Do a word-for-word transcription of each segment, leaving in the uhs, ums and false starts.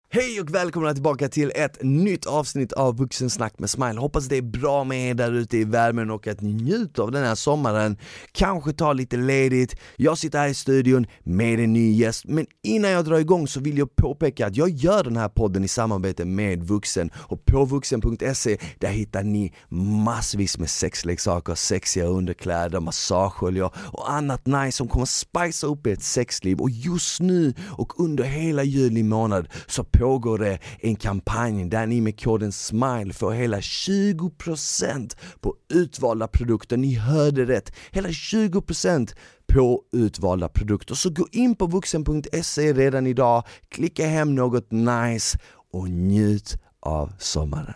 Hej och välkomna tillbaka till ett nytt avsnitt av Vuxensnack med Smile. Hoppas det är bra med er där ute i värmen och att ni njuter av den här sommaren. Kanske ta lite ledigt. Jag sitter här i studion med en ny gäst. Men innan jag drar igång så vill jag påpeka att jag gör den här podden i samarbete med Vuxen. Och på vuxen punkt se där hittar ni massvis med sexleksaker, sexiga underkläder, massageoljor och annat nice som kommer spicea upp ert sexliv. Och just nu och under hela juli månad så pågår det en kampanj där ni med koden SMILE får hela tjugo procent på utvalda produkter. Ni hörde rätt, hela tjugo procent på utvalda produkter. Så gå in på vuxen punkt se redan idag, klicka hem något nice och njut av sommaren.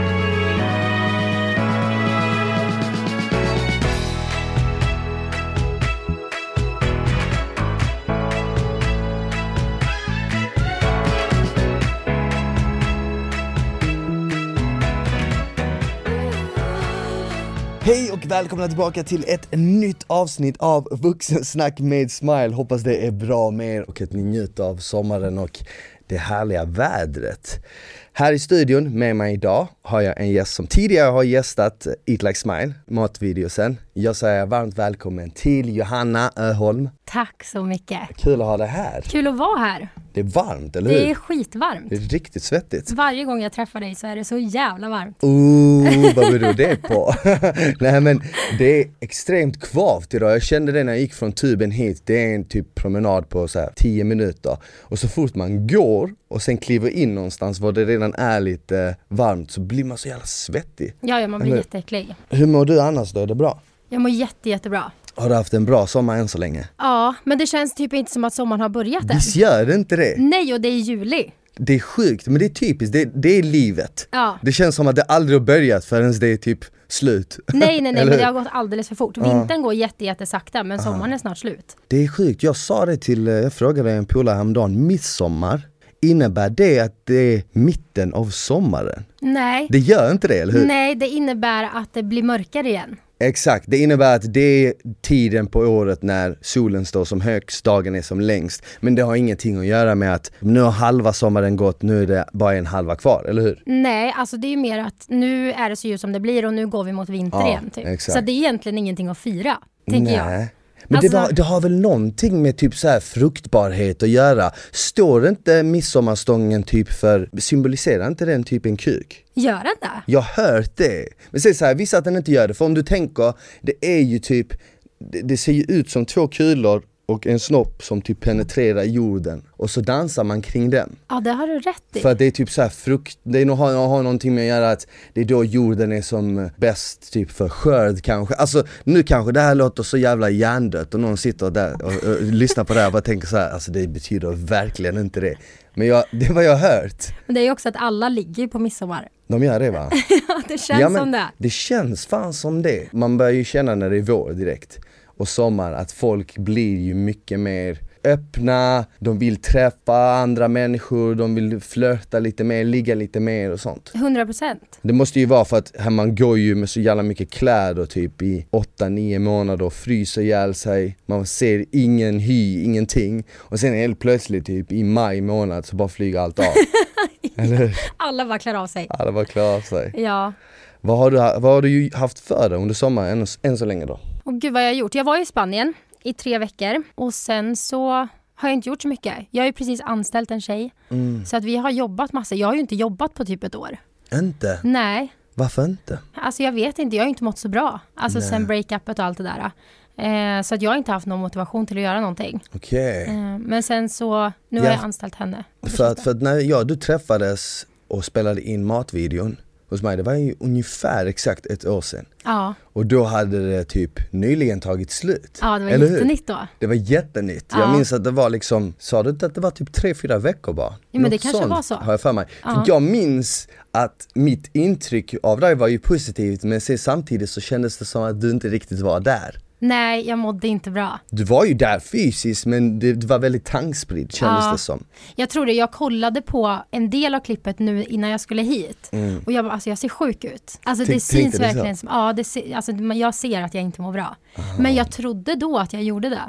Hej och välkomna tillbaka till ett nytt avsnitt av Vuxensnack med Smile. Hoppas det är bra med er och att ni njuter av sommaren och det härliga vädret. Här i studion med mig idag har jag en gäst som tidigare har gästat Eat Like Smile, matvideosen. Jag säger varmt välkommen till Johanna Öholm. Tack så mycket. Kul att ha dig här. Kul att vara här. Det är varmt, eller hur? Det är skitvarmt. Det är riktigt svettigt. Varje gång jag träffar dig så är det så jävla varmt. Oh, vad beror det på? Nej men det är extremt kvavt idag. Jag kände det när jag gick från tuben hit. Det är en typ promenad på så här tio minuter. Och så fort man går och sen kliver in någonstans var det redan är lite varmt så blir man så jävla svettig. Ja, ja man blir jätteäcklig. Hur mår du annars då? Är det bra? Jag mår jätte, jättebra. Har du haft en bra sommar än så länge? Ja, men det känns typ inte som att sommaren har börjat än. Visst gör det inte det? Nej, och det är juli. Det är sjukt, men det är typiskt. Det, det är livet. Ja. Det känns som att det aldrig har börjat förrän det är typ slut. Nej, nej, nej, men det har gått alldeles för fort. Vintern ja. går jätte, jätte sakta, men sommaren ja. är snart slut. Det är sjukt. Jag sa det till, jag frågade en polare häromdagen, midsommar. Innebär det att det är mitten av sommaren? Nej. Det gör inte det, eller hur? Nej, det innebär att det blir mörkare igen. Exakt, det innebär att det är tiden på året när solen står som högst, dagen är som längst. Men det har ingenting att göra med att nu har halva sommaren gått, nu är det bara en halva kvar, eller hur? Nej, alltså det är ju mer att nu är det så ljus som det blir och nu går vi mot vinter ja, igen. Typ. Exakt. Så det är egentligen ingenting att fira, tänker Nej. jag. Men alltså, det, var, det har väl någonting med typ så här fruktbarhet att göra. Står inte midsommarstången typ för, symboliserar inte den typ en kuk? Gör den det? Jag har hört det. Men säg så här, vissa att den inte gör det. För om du tänker, det är ju typ, det, det ser ju ut som två kulor och en snopp som typ penetrerar jorden. Och så dansar man kring den. Ja, det har du rätt i. För att det är typ så här frukt, det är nog, har, har någonting med att göra att det är då jorden är som bäst typ för skörd kanske. Alltså nu kanske det här låter så jävla hjärndött och någon sitter där och, och, och lyssnar på det här och bara tänker så här, alltså det betyder verkligen inte det. Men jag, det är vad jag har hört. Men det är ju också att alla ligger på midsommar. De gör det, va? Ja, det känns ja, men som det. Det känns fan som det. Man börjar ju känna när det är vår direkt. Och sommar, att folk blir ju mycket mer öppna, de vill träffa andra människor, de vill flirta lite mer, ligga lite mer och sånt. hundra procent. Det måste ju vara för att här man går ju med så jävla mycket kläder typ i åtta nio månader och fryser ihjäl sig. Man ser ingen hy, ingenting. Och sen helt plötsligt typ i maj månad så bara flyger allt av. Eller? Alla bara klär av sig. Alla bara klär av sig. Ja. Vad har du, vad har du ju haft för dig under sommaren än, än så länge då? Och gud vad jag har gjort. Jag var i Spanien i tre veckor och sen så har jag inte gjort så mycket. Jag har ju precis anställt en tjej. Mm. Så att vi har jobbat massa. Jag har ju inte jobbat på typ ett år. Inte? Nej. Varför inte? Alltså jag vet inte. Jag har ju inte mått så bra. Alltså Nej. sen breakupet och allt det där. Eh, så att jag har inte haft någon motivation till att göra någonting. Okej. Okay. Eh, men sen så, nu ja. har jag anställt henne. För att, för att när jag, du träffades och spelade in matvideon hos mig, det var ju ungefär exakt ett år sedan. Ja. Och då hade det typ nyligen tagit slut. Ja, det var Eller jättenytt då. Det var jättenytt. Ja. Jag minns att det var liksom, sa du inte att det var typ tre, fyra veckor bara? Ja, men Något det kanske sånt, var så. Har jag för mig. Ja. För jag minns att mitt intryck av dig var ju positivt, men sen samtidigt så kändes det som att du inte riktigt var där. Nej, jag mådde inte bra. Du var ju där fysiskt, men det var väldigt tangspridd, kändes ja, det som. Jag tror det. Jag kollade på en del av klippet nu innan jag skulle hit. Mm. Och jag bara, alltså jag ser sjuk ut. Alltså T- det syns verkligen som, ja, det ser, alltså jag ser att jag inte mår bra. Aha. Men jag trodde då att jag gjorde det.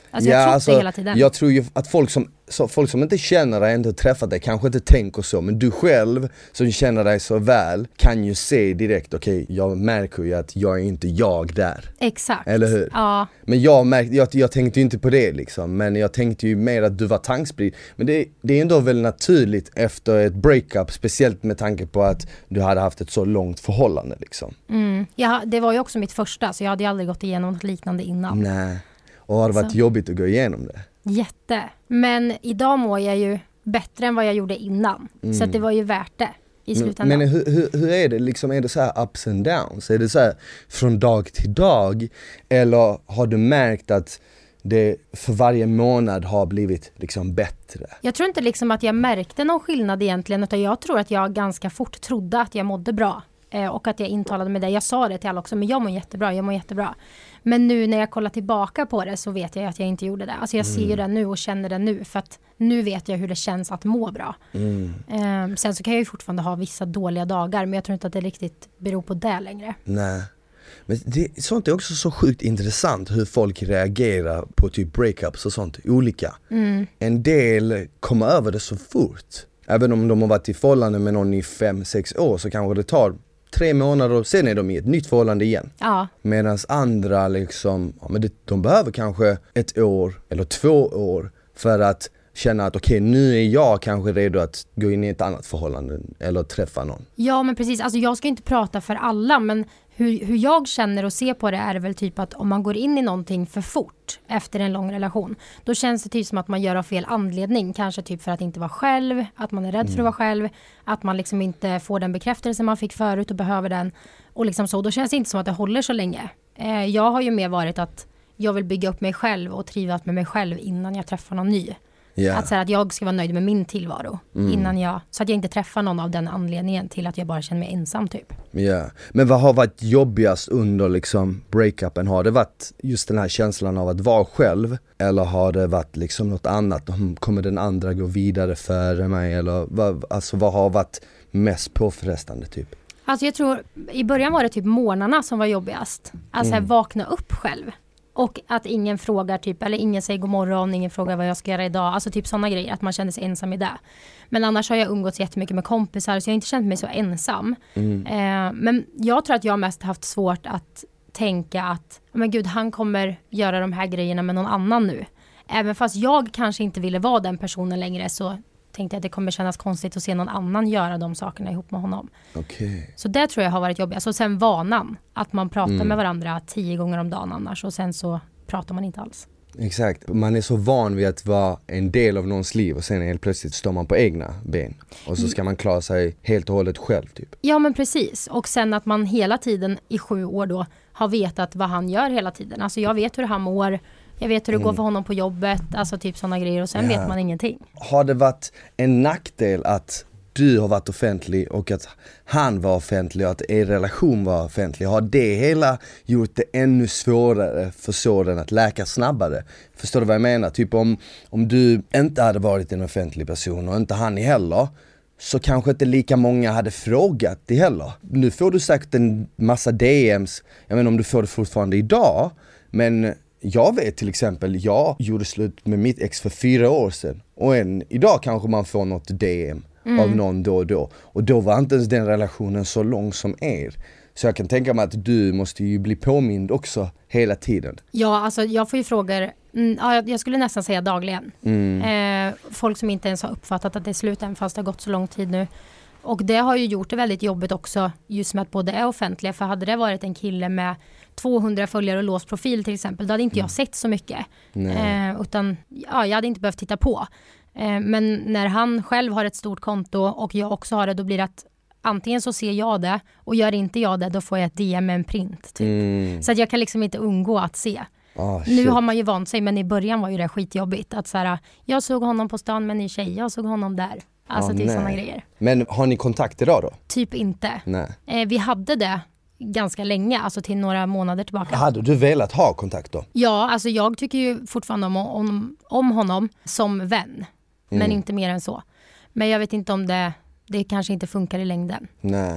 Alltså ja, jag tror alltså, det hela tiden. Jag tror ju att folk som, så, folk som inte känner dig, inte träffat dig, kanske inte tänker så. Men du själv som känner dig så väl kan ju se direkt, okej, okay, jag märker ju att jag är inte jag där. Exakt. Eller hur? Ja. Men jag, märkte, jag, jag tänkte ju inte på det liksom. Men jag tänkte ju mer att du var tankspridd. Men det, det är ändå väl naturligt efter ett breakup. Speciellt med tanke på att du hade haft ett så långt förhållande liksom. Mm. Ja, det var ju också mitt första. Så jag hade ju aldrig gått igenom något liknande innan. Nej. Och har det varit så jobbigt att gå igenom det? Jätte. Men idag mår jag ju bättre än vad jag gjorde innan. Mm. Så att det var ju värt det i slutändan. Men, men hur, hur, hur är det? Liksom, är det så här ups and downs? Är det så här från dag till dag? Eller har du märkt att det för varje månad har blivit liksom bättre? Jag tror inte liksom att jag märkte någon skillnad egentligen. Utan jag tror att jag ganska fort trodde att jag mådde bra. Eh, och att jag intalade med det. Jag sa det till alla också. Men jag mår jättebra, jag mår jättebra. Men nu när jag kollar tillbaka på det så vet jag att jag inte gjorde det. Alltså jag ser ju det nu och känner det nu. För att nu vet jag hur det känns att må bra. Mm. Eh, sen så kan jag ju fortfarande ha vissa dåliga dagar. Men jag tror inte att det riktigt beror på det längre. Nej. Men det, sånt är också så sjukt intressant hur folk reagerar på typ breakups och sånt. Olika. Mm. En del kommer över det så fort. Även om de har varit i förhållande med någon i fem, sex år så kanske det tar tre månader och sen är de i ett nytt förhållande igen. Ja. Medan andra liksom, ja, men det, de behöver kanske ett år eller två år för att känna att okej, okay, nu är jag kanske redo att gå in i ett annat förhållande eller träffa någon. Ja, men precis. Alltså jag ska inte prata för alla, men hur, hur jag känner och ser på det är väl typ att om man går in i någonting för fort efter en lång relation, då känns det typ som att man gör av fel anledning. Kanske typ för att inte vara själv, att man är rädd mm. för att vara själv, att man liksom inte får den bekräftelse man fick förut och behöver den. Och liksom så, då känns det inte som att det håller så länge. Eh, jag har ju mer varit att jag vill bygga upp mig själv och trivas med mig själv innan jag träffar någon ny. Yeah. Att, så här, att jag ska vara nöjd med min tillvaro mm. innan jag, så att jag inte träffar någon av den anledningen till att jag bara känner mig ensam typ. Yeah. Men vad har varit jobbigast under liksom breakupen? Har det varit just den här känslan av att vara själv? Eller har det varit liksom något annat? Kommer den andra gå vidare före mig? Eller vad, alltså, vad har varit mest påfrestande typ? Alltså jag tror, i början var det typ morgnarna som var jobbigast. Alltså mm. vakna upp själv. Och att ingen frågar typ, eller ingen säger god morgon, ingen frågar vad jag ska göra idag. Alltså typ sådana grejer, att man känner sig ensam i det. Men annars har jag umgåtts jättemycket med kompisar, så jag har inte känt mig så ensam. Mm. Eh, men jag tror att jag mest haft svårt att tänka att, men gud, han kommer göra de här grejerna med någon annan nu. Även fast jag kanske inte ville vara den personen längre, så tänkte jag att det kommer kännas konstigt att se någon annan göra de sakerna ihop med honom. Okay. Så det tror jag har varit jobbigt. Så sen vanan, att man pratar mm. med varandra tio gånger om dagen annars, och sen så pratar man inte alls. Exakt, man är så van vid att vara en del av någons liv och sen helt plötsligt står man på egna ben. Och så ska man klara sig helt och hållet själv typ. Ja, men precis. Och sen att man hela tiden i sju år då har vetat vad han gör hela tiden. Alltså jag vet hur han mår. Jag vet hur det mm. går för honom på jobbet, alltså typ sådana grejer, och sen ja. vet man ingenting. Har det varit en nackdel att du har varit offentlig och att han var offentlig och att er relation var offentlig? Har det hela gjort det ännu svårare för såren att läka snabbare? Förstår du vad jag menar? Typ om, om du inte hade varit en offentlig person och inte han heller, så kanske inte lika många hade frågat det heller. Nu får du sagt en massa D M's, jag vet inte om du får det fortfarande idag, men jag vet till exempel, jag gjorde slut med mitt ex för fyra år sedan. Och än idag kanske man får något D M mm. av någon då och då. Och då var inte ens den relationen så lång som er. Så jag kan tänka mig att du måste ju bli påmind också hela tiden. Ja, alltså jag får ju frågor, mm, ja, jag skulle nästan säga dagligen. Mm. Eh, folk som inte ens har uppfattat att det är slut än fast det har gått så lång tid nu. Och det har ju gjort det väldigt jobbigt också, just med att både är offentliga. För hade det varit en kille med tvåhundra följare och låst profil till exempel, då hade inte mm. jag sett så mycket. Eh, utan ja, jag hade inte behövt titta på. Eh, men när han själv har ett stort konto och jag också har det, då blir det att antingen så ser jag det, och gör inte jag det, då får jag ett D M med en print. Typ. Mm. Så att jag kan liksom inte undgå att se. Oh, nu har man ju vant sig, men i början var ju det skitjobbigt. Att så här, jag såg honom på stan med en ny tjej, jag såg honom där. Alltså oh, typ sådana grejer. Men har ni kontakt idag då? Typ inte. Nej. Eh, vi hade det ganska länge, alltså till några månader tillbaka. Hade du velat ha kontakt då? Ja, alltså jag tycker ju fortfarande om, om, om honom som vän. Mm. Men inte mer än så. Men jag vet inte om det, det kanske inte funkar i längden. Nej.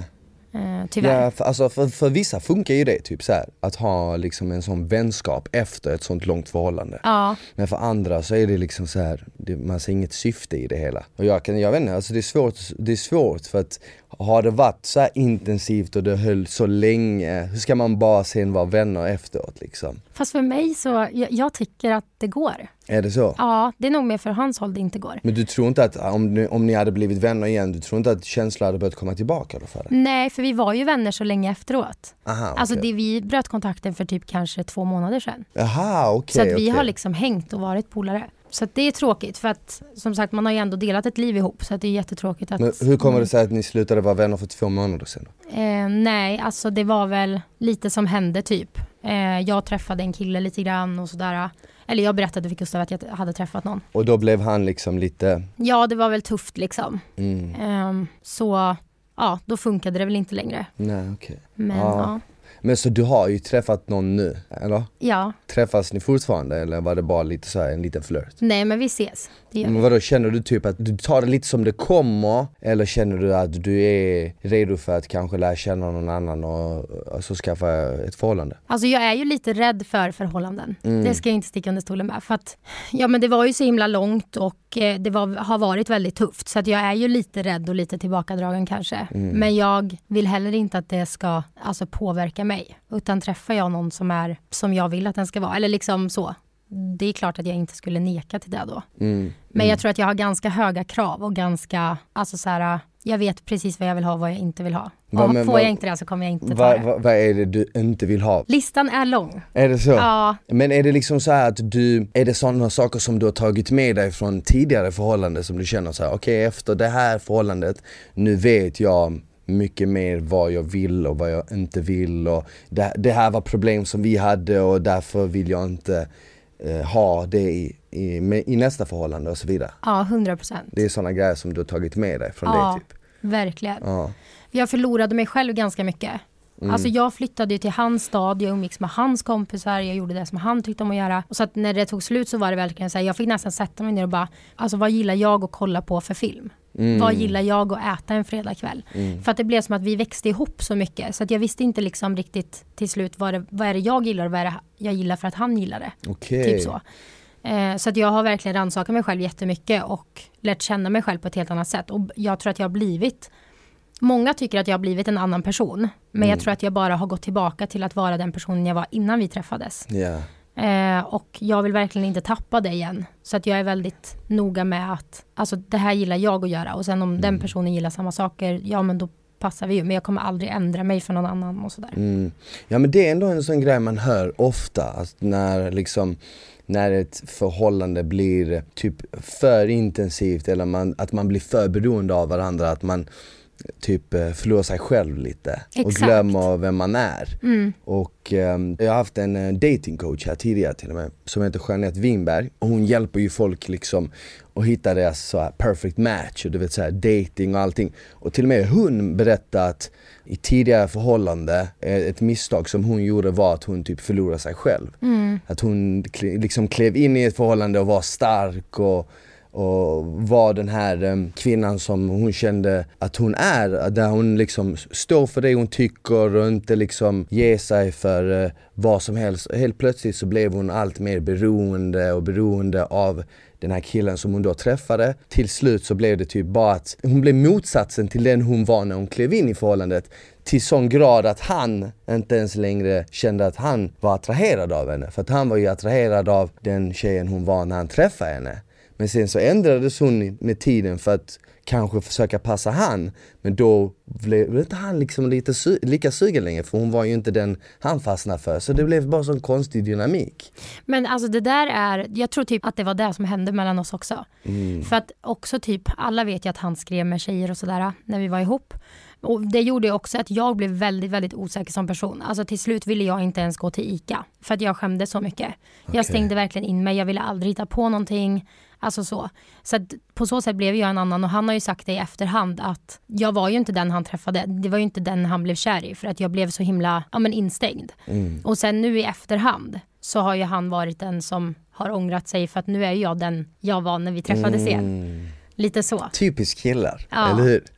Eh, tyvärr. Ja, för, alltså för, för vissa funkar ju det typ så här, att ha liksom en sån vänskap efter ett sånt långt förhållande. Ja. Men för andra så är det liksom så här, det, man ser inget syfte i det hela. Och jag kan, jag vet inte, alltså det är svårt, det är svårt för att har det varit så här intensivt och det höll så länge, hur ska man bara sen vara vänner efteråt liksom? Fast för mig så, jag, jag tycker att det går. Är det så? Ja, det är nog mer för hans håll det inte går. Men du tror inte att om ni, om ni hade blivit vänner igen, du tror inte att känslor hade börjat komma tillbaka då för det? Nej, för vi var ju vänner så länge efteråt. Aha, okay. Alltså det, vi bröt kontakten för typ kanske två månader sedan. Aha, okej. Okay, så att vi okay. har liksom hängt och varit polare. Så att det är tråkigt för att som sagt man har ju ändå delat ett liv ihop så att det är jättetråkigt att... Men hur kommer det sig att ni slutade vara vänner för två månader sedan? Eh, nej, alltså det var väl lite som hände typ. Eh, jag träffade en kille lite grann och sådär. Eller jag berättade för Gustav att jag hade träffat någon. Och då blev han liksom lite... Ja, det var väl tufft liksom. Mm. Eh, så ja, då funkade det väl inte längre. Nej, okej. Okay. Men ja. ja. Men så du har ju träffat någon nu, eller? Ja. Träffas ni fortfarande eller var det bara lite så här, en liten flört? Nej, men vi ses. Det gör vi. Men vadå, känner du typ att du tar det lite som det kommer? Eller känner du att du är redo för att kanske lära känna någon annan och, och så skaffa ett förhållande? Alltså jag är ju lite rädd för förhållanden. Mm. Det ska jag inte sticka under stolen med. För att, ja men det var ju så himla långt och eh, det var, har varit väldigt tufft. Så att jag är ju lite rädd och lite tillbakadragen kanske. Mm. Men jag vill heller inte att det ska alltså, påverka mig. Utan träffar jag någon som är som jag vill att den ska vara. Eller liksom så. Det är klart att jag inte skulle neka till det då. Mm. Men jag tror att jag har ganska höga krav och ganska, alltså så här, jag vet precis vad jag vill ha och vad jag inte vill ha. Va, och får va, jag inte det så kommer jag inte ta va, det. Vad va är det du inte vill ha? Listan är lång. Är det så? Ja. Men är det liksom så här att du, är det sådana saker som du har tagit med dig från tidigare förhållanden som du känner så här, okej okay, efter det här förhållandet, nu vet jag mycket mer vad jag vill och vad jag inte vill och det, det här var problem som vi hade och därför vill jag inte eh, ha det i, i, med, i nästa förhållande och så vidare. Ja, hundra procent. Det är sådana grejer som du har tagit med dig från ja, det typ. Verkligen. Ja. Jag förlorade mig själv ganska mycket. Mm. Alltså jag flyttade ju till hans stad, jag umgicks med hans kompisar, jag gjorde det som han tyckte om att göra. Och så att när det tog slut så var det verkligen så här, jag fick nästan sätta mig ner och bara, alltså vad gillar jag att kolla på för film? Mm. Vad gillar jag att äta en fredagkväll? Mm. För att det blev som att vi växte ihop så mycket. Så att jag visste inte liksom riktigt till slut vad, det, vad är det jag gillar och vad är det jag gillar för att han gillar det. Okay. Typ så. Eh, så att jag har verkligen rannsakat mig själv jättemycket och lärt känna mig själv på ett helt annat sätt. Och jag tror att jag har blivit, många tycker att jag har blivit en annan person. Men mm. jag tror att jag bara har gått tillbaka till att vara den personen jag var innan vi träffades. Yeah. Eh, och jag vill verkligen inte tappa det igen. Så att jag är väldigt noga med att alltså, det här gillar jag att göra. Och sen om mm. den personen gillar samma saker, ja men då passar vi ju. Men jag kommer aldrig ändra mig för någon annan och sådär. Mm. Ja men det är ändå en sån grej man hör ofta. Att när liksom när ett förhållande blir typ för intensivt eller man, att man blir för beroende av varandra, att man typ förlorar sig själv lite. Exakt. Och glömmer vem man är. Mm. Och um, jag har haft en uh, datingcoach här tidigare till och med som heter Jeanette Winberg och hon hjälper ju folk liksom att hitta deras så här perfect match och du vet så här dating och allting. Och till och med hon berättade att i tidigare förhållande ett misstag som hon gjorde var att hon typ förlorade sig själv. Mm. Att hon liksom klev in i ett förhållande och var stark och och var den här um, kvinnan som hon kände att hon är, där hon liksom står för det hon tycker och inte liksom ger sig för uh, vad som helst. Helt plötsligt så blev hon allt mer beroende och beroende av den här killen som hon då träffade. Till slut så blev det typ bara att hon blev motsatsen till den hon var när hon klev in i förhållandet. Till sån grad att han inte ens längre kände att han var attraherad av henne. För att han var ju attraherad av den tjejen hon var när han träffade henne. Men sen så ändrades hon med tiden för att kanske försöka passa han. Men då blev inte han liksom lite su- lika sugen längre. För hon var ju inte den han fastnade för. Så det blev bara sån konstig dynamik. Men alltså det där är, jag tror typ att det var det som hände mellan oss också. Mm. För att också typ, alla vet ju att han skrev med tjejer och sådär när vi var ihop. Och det gjorde också att jag blev väldigt, väldigt osäker som person. Alltså till slut ville jag inte ens gå till ICA. För att jag skämde så mycket. Okay. Jag stängde verkligen in mig. Jag ville aldrig hitta på någonting. Alltså så. Så att på så sätt blev jag en annan. Och han har ju sagt det i efterhand att jag var ju inte den han träffade. Det var ju inte den han blev kär i. För att jag blev så himla ja, men instängd. Mm. Och sen nu i efterhand så har ju han varit den som har ångrat sig. För att nu är jag den jag var när vi träffades igen. Mm. Lite så. Typisk killar, ja. eller hur?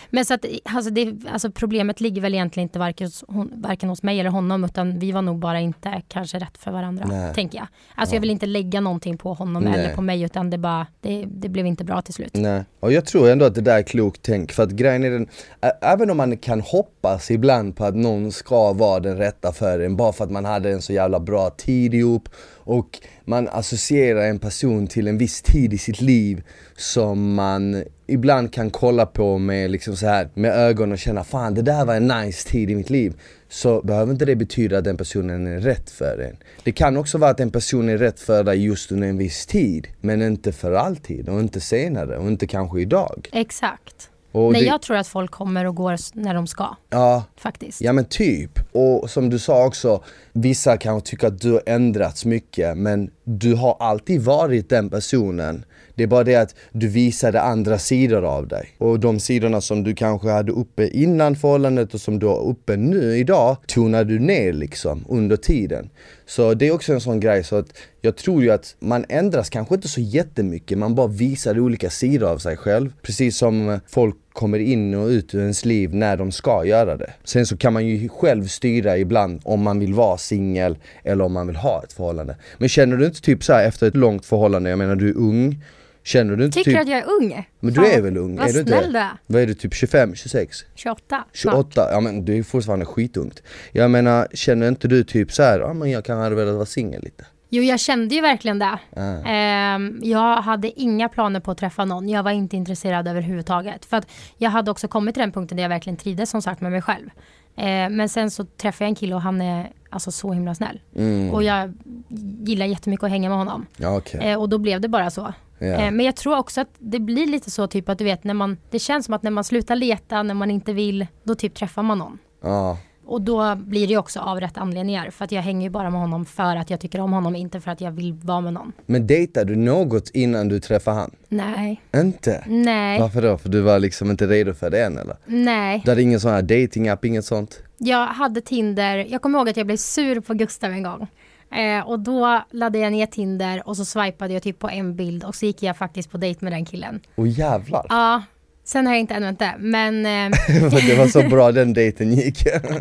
Men så att, alltså det, alltså problemet ligger väl egentligen inte varken hos, hon, varken hos mig eller honom, utan vi var nog bara inte kanske rätt för varandra, Nej. tänker jag. Alltså ja. jag vill inte lägga någonting på honom Nej. eller på mig, utan det bara, det, det blev inte bra till slut. Nej, och jag tror ändå att det där är klokt tänk, för att grejen är den, ä- även om man kan hoppas ibland på att någon ska vara den rätta för en, bara för att man hade en så jävla bra tid ihop, och man associerar en person till en viss tid i sitt liv som man ibland kan kolla på med, liksom så här, med ögon och känna, fan det där var en nice tid i mitt liv, så behöver inte det betyda att den personen är rätt för en. Det kan också vara att en person är rätt för dig just under en viss tid, men inte för alltid, och inte senare, och inte kanske idag. Exakt. Och Nej, det... jag tror att folk kommer och går när de ska. Ja, faktiskt. Ja men typ. Och som du sa också, vissa kan tycka att du har ändrats mycket, men du har alltid varit den personen. Det är bara det att du visade andra sidor av dig. Och de sidorna som du kanske hade uppe innan förhållandet och som du har uppe nu idag, tonar du ner liksom under tiden. Så det är också en sån grej, så att jag tror ju att man ändras kanske inte så jättemycket, man bara visar olika sidor av sig själv. Precis som folk kommer in och ut ur ens liv när de ska göra det. Sen så kan man ju själv styra ibland om man vill vara singel eller om man vill ha ett förhållande. Men känner du inte typ så här efter ett långt förhållande, jag menar du är ung, känner du inte Tycker typ... att jag är ung? Men du är väl ung? Vad är du snäll inte? du är. Vad är du, typ tjugofem, tjugosex? tjugoåtta. tjugoåtta, ja men du är fortfarande skitungt. Jag menar, känner inte du typ så här, ja men jag kan hade velat vara singel lite? Jo, jag kände ju verkligen det. Ah. Um, jag hade inga planer på att träffa någon. Jag var inte intresserad överhuvudtaget. För att jag hade också kommit till den punkten där jag verkligen trivdes som sagt med mig själv. Uh, men sen så träffade jag en kille och han är alltså så himla snäll. Mm. Och jag gillar jättemycket att hänga med honom. Ja, okay. uh, och då blev det bara så. Yeah. Uh, men jag tror också att det blir lite så typ att du vet, när man, det känns som att när man slutar leta, när man inte vill, då typ träffar man någon. Ja. Och då blir det också av rätt anledningar. För att jag hänger ju bara med honom för att jag tycker om honom, inte för att jag vill vara med någon. Men dejtar du något innan du träffar han? Nej. Inte? Nej. Varför då? För du var liksom inte redo för det än, eller? Nej. Du hade ingen sån här dating-app, inget sånt? Jag hade Tinder. Jag kommer ihåg att jag blev sur på Gustav en gång. Eh, och då laddade jag ner Tinder och så swipade jag typ på en bild. Och så gick jag faktiskt på dejt med den killen. Åh jävlar. Ja. Sen har jag inte använt det, men... Eh... det var så bra den dejten gick.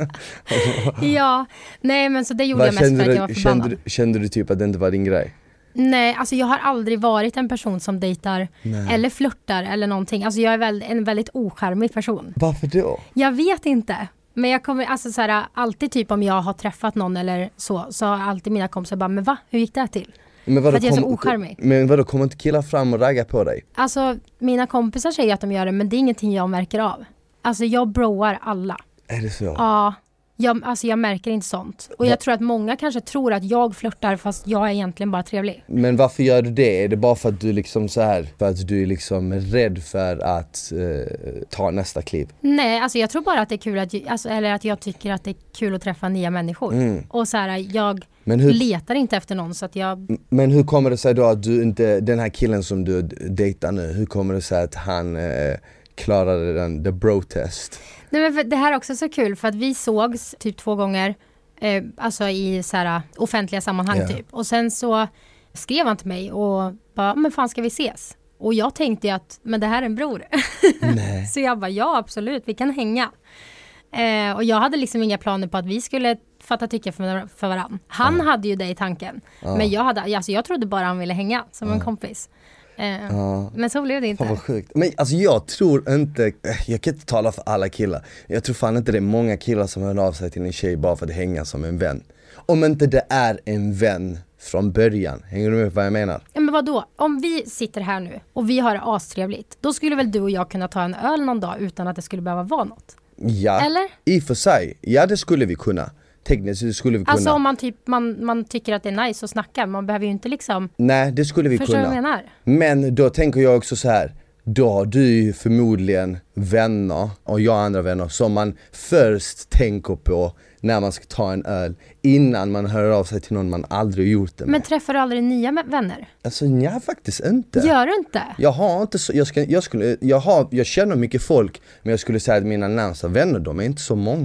ja, nej men så det gjorde Var, jag mest för att du, jag var förbannad. Kände du, kände du typ att det inte var din grej? Nej, alltså jag har aldrig varit en person som dejtar nej. eller flörtar eller någonting. Alltså jag är väl, en väldigt ocharmig person. Varför då? Jag vet inte. Men jag kommer, alltså så här, alltid typ om jag har träffat någon eller så, så har alltid mina kompisar bara, men va? Hur gick det här till? Men vadå, för att jag är så kom, ocharmig. Men vadå, kommer inte killar fram och ragga på dig? Alltså, mina kompisar säger att de gör det, men det är ingenting jag märker av. Alltså, jag broar alla. Är det så? Ja, jag, alltså jag märker inte sånt. Och Va? jag tror att många kanske tror att jag flörtar fast jag är egentligen bara trevlig. Men varför gör du det? Är det bara för att du liksom så här, för att du är liksom rädd för att eh, ta nästa kliv? Nej, alltså jag tror bara att det är kul att, alltså, eller att jag tycker att det är kul att träffa nya människor. Mm. Och så här, jag men hur, letar inte efter någon så att jag... Men hur kommer det sig då att du inte, den här killen som du dejtar nu, hur kommer det sig att han eh, klarade den, the bro-test? Nej, men för det här är också så kul för att vi sågs typ två gånger eh, alltså i så här offentliga sammanhang yeah. typ. Och sen så skrev han till mig och bara, men fan ska vi ses? Och jag tänkte att, men det här är en bror. Nej. Så jag bara, ja absolut, vi kan hänga. Eh, och jag hade liksom inga planer på att vi skulle fatta tycka för, för varandra. Han mm. hade ju det i tanken. Mm. Men jag, hade, alltså jag trodde bara han ville hänga som mm. en kompis. Eh, ja. Men så blev det inte. Fan vad sjukt. Men alltså jag tror inte, jag kan inte tala för alla killar. Jag tror fan inte det är många killar som hör av sig till en tjej bara för att hänga som en vän. Om inte det är en vän från början. Hänger du med vad jag menar? Ja, men vadå? Om vi sitter här nu och vi har det astrevligt, då skulle väl du och jag kunna ta en öl någon dag utan att det skulle behöva vara något? Ja, eller? I och för sig. Ja, det skulle vi kunna. Tekniskt skulle vi kunna. Alltså om man, typ, man, man tycker att det är nice att snacka. Man behöver ju inte liksom... Nej, det skulle vi kunna. Förstår vad jag menar? Men då tänker jag också så här. Då har du ju förmodligen vänner och jag andra vänner som man först tänker på när man ska ta en öl innan man hör av sig till någon man aldrig gjort det med. Men träffar du aldrig nya vänner? Alltså nej, faktiskt inte. Gör du inte? Jag har inte så, jag, ska, jag, skulle, jag, har, jag känner mycket folk, men jag skulle säga att mina närmsta vänner, de är inte så många.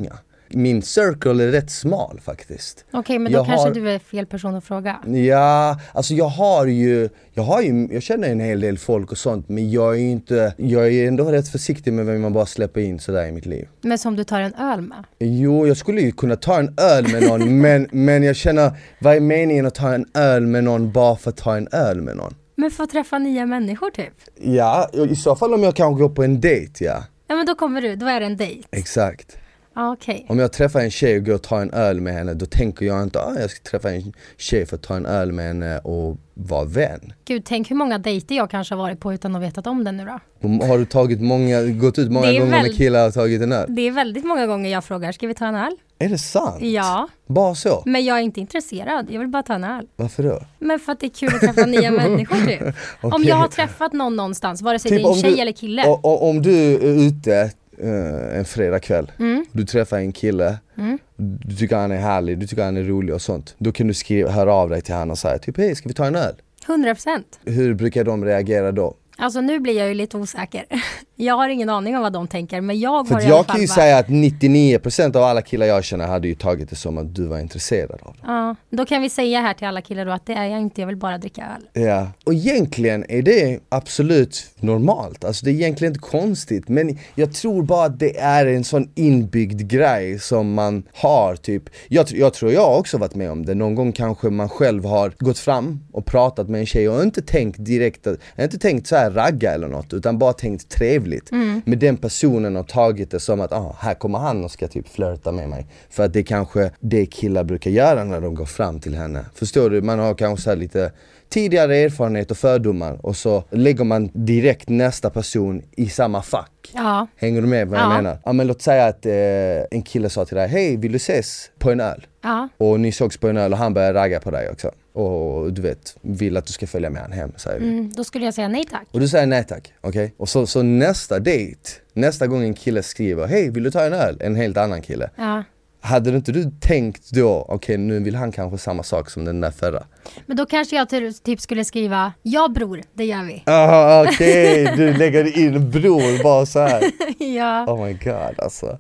min circle är rätt smal faktiskt. Okej, okay, men då jag kanske har, du är fel person att fråga. Ja, alltså jag har ju, jag har ju, jag känner en hel del folk och sånt, men jag är ju inte, jag är ändå rätt försiktig med vem man bara släpper in sådär i mitt liv. Men som du tar en öl med? Jo, jag skulle ju kunna ta en öl med någon, men, men jag känner, vad är meningen att ta en öl med någon bara för att ta en öl med någon? Men för att träffa nya människor typ? Ja, i så fall om jag kan gå på en dejt, ja. Ja, men då kommer du, då är det en dejt. Exakt. Ah, okay. Om jag träffar en tjej och går och tar en öl med henne, då tänker jag inte att ah, jag ska träffa en tjej för att ta en öl med henne och vara vän. Gud, tänk hur många dejter jag kanske har varit på utan att veta om det nu då. Har du tagit många, gått ut många gånger väl... med killar och tagit en öl? Det är väldigt många gånger jag frågar, ska vi ta en öl? Är det sant? Ja. Bara så? Men jag är inte intresserad, jag vill bara ta en öl. Varför då? Men för att det är kul att träffa nya människor typ. Okay. Om jag har träffat någon någonstans, vare sig typ det är en tjej du, eller kille. Och, och, om du är ute uh, en fredagkväll, mm. du träffar en kille, mm. du tycker han är härlig, du tycker han är rolig och sånt. Då kan du skriva, höra av dig till han och säga typ hej, ska vi ta en öl? hundra procent. Hur brukar de reagera då? Alltså nu blir jag ju lite osäker. Jag har ingen aning om vad de tänker, men jag För har i jag alla fall kan ju bara... säga att nittionio procent av alla killar jag känner hade ju tagit det som att du var intresserad av det. Ja, då kan vi säga här till alla killar då att det är jag inte, jag vill bara dricka öl. Ja, och egentligen är det absolut normalt. Alltså det är egentligen inte konstigt, men jag tror bara att det är en sån inbyggd grej som man har typ. Jag, jag tror jag också varit med om det. Någon gång kanske man själv har gått fram och pratat med en tjej och inte tänkt direkt, inte tänkt så här ragga eller något, utan bara tänkt trevligt. Mm. Men den personen har tagit det som att ah, här kommer han och ska typ flirta med mig. För att det kanske det killar brukar göra när de går fram till henne. Förstår du? Man har kanske så här lite tidigare erfarenhet och fördomar och så lägger man direkt nästa person i samma fack. Ja. Hänger du med vad ja. jag menar? Ja, men låt säga att eh, en kille sa till dig, hej, vill du ses på en öl? Ja. Och ni sågs på en öl och han började ragga på dig också. Och du vet, vill att du ska följa med han hem, säger du. Mm, då skulle jag säga nej tack. Och du säger nej tack, okej? Okay? Och så, så nästa dejt, nästa gång en kille skriver, hej, vill du ta en öl? En helt annan kille. Ja. Hade inte du tänkt då, okej okay, nu vill han kanske samma sak som den där förra? Men då kanske jag typ skulle skriva, ja bror, det gör vi. Ah, okej, okay. Du lägger in bror bara så här. Ja. Oh my god, alltså.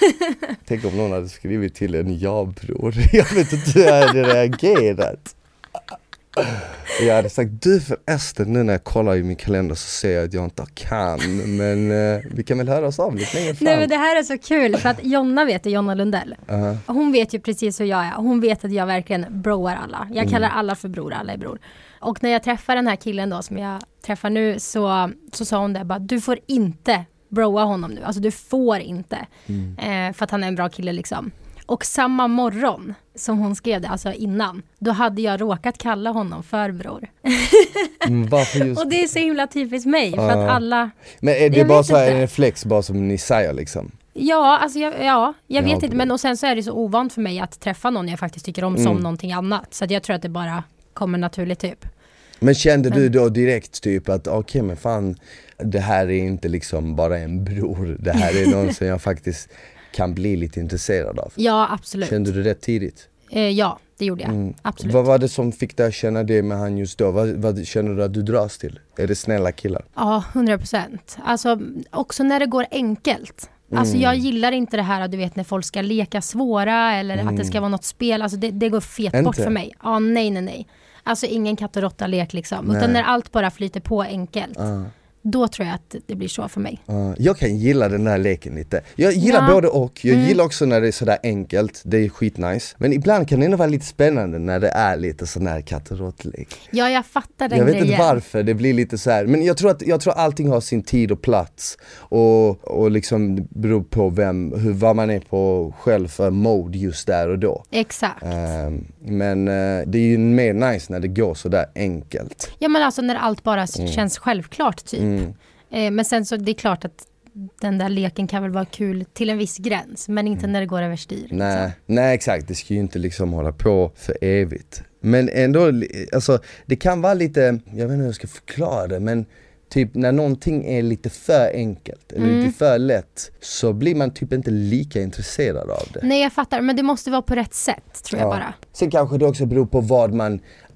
Tänk om någon hade skrivit till en ja bror. Jag vet inte hur jag hade reagerat. Jag hade sagt, du förresten, nu när jag kollar i min kalender så ser jag att jag inte kan. Men eh, vi kan väl höra oss av lite längre fram. Nej, men det här är så kul för att Jonna vet ju, Jonna Lundell. Uh-huh. Hon vet ju precis hur jag är. Hon vet att jag verkligen broar alla. Jag kallar mm. alla för bror, alla är bror. Och när jag träffar den här killen då som jag träffar nu så, så sa hon det bara, du får inte broa honom nu. Alltså du får inte. Mm. Eh, för att han är en bra kille liksom. Och samma morgon som hon skrev det, alltså innan, då hade jag råkat kalla honom för bror. Mm, varför just... Och det är så himla typiskt mig, för uh. att alla... Men är det bara så här en reflex, bara som ni säger liksom? Ja, alltså jag, ja, jag vet ja, inte, men och sen så är det så ovant för mig att träffa någon jag faktiskt tycker om mm. som någonting annat. Så att jag tror att det bara kommer naturligt typ. Men kände men... du då direkt typ att okej okay, men fan, det här är inte liksom bara en bror, det här är någon som jag faktiskt kan bli lite intresserad av? Ja, absolut. Kände du det tidigt? Eh, ja, det gjorde jag. Mm. Absolut. Vad var det som fick dig att känna det med han just då? Vad, vad känner du att du dras till? Är det snälla killar? Ja, hundra procent. Alltså, också när det går enkelt. Mm. Alltså jag gillar inte det här, du vet, när folk ska leka svåra eller mm. att det ska vara något spel. Alltså det, det går fet inte. Bort för mig. Ja, nej, nej, nej. Alltså ingen katt och råtta-lek liksom. Nej. Utan när allt bara flyter på enkelt. Uh. Då tror jag att det blir så för mig. Uh, jag kan gilla den här leken lite. Jag gillar ja. både och. Jag mm. gillar också när det är sådär enkelt. Det är skitnice. Men ibland kan det ändå vara lite spännande när det är lite sån här katt och rått-lek. Ja, jag fattar den Jag vet grejen. inte varför det blir lite så här. Men jag tror att jag tror allting har sin tid och plats. Och, och liksom beror på vem, hur, vad man är på själv för mode just där och då. Exakt. Uh, men uh, det är ju mer nice när det går så där enkelt. Ja, men alltså när allt bara mm. känns självklart typ. Mm. Eh, men sen så det är klart att den där leken kan väl vara kul till en viss gräns, men inte mm. när det går över styr. Nej, liksom. nej, exakt. Det ska ju inte liksom hålla på för evigt. Men ändå, alltså det kan vara lite, jag vet inte hur jag ska förklara det, men typ när någonting är lite för enkelt eller mm. lite för lätt så blir man typ inte lika intresserad av det. Nej, jag fattar, men det måste vara på rätt sätt tror jag ja. bara. Sen kanske det också beror på vad man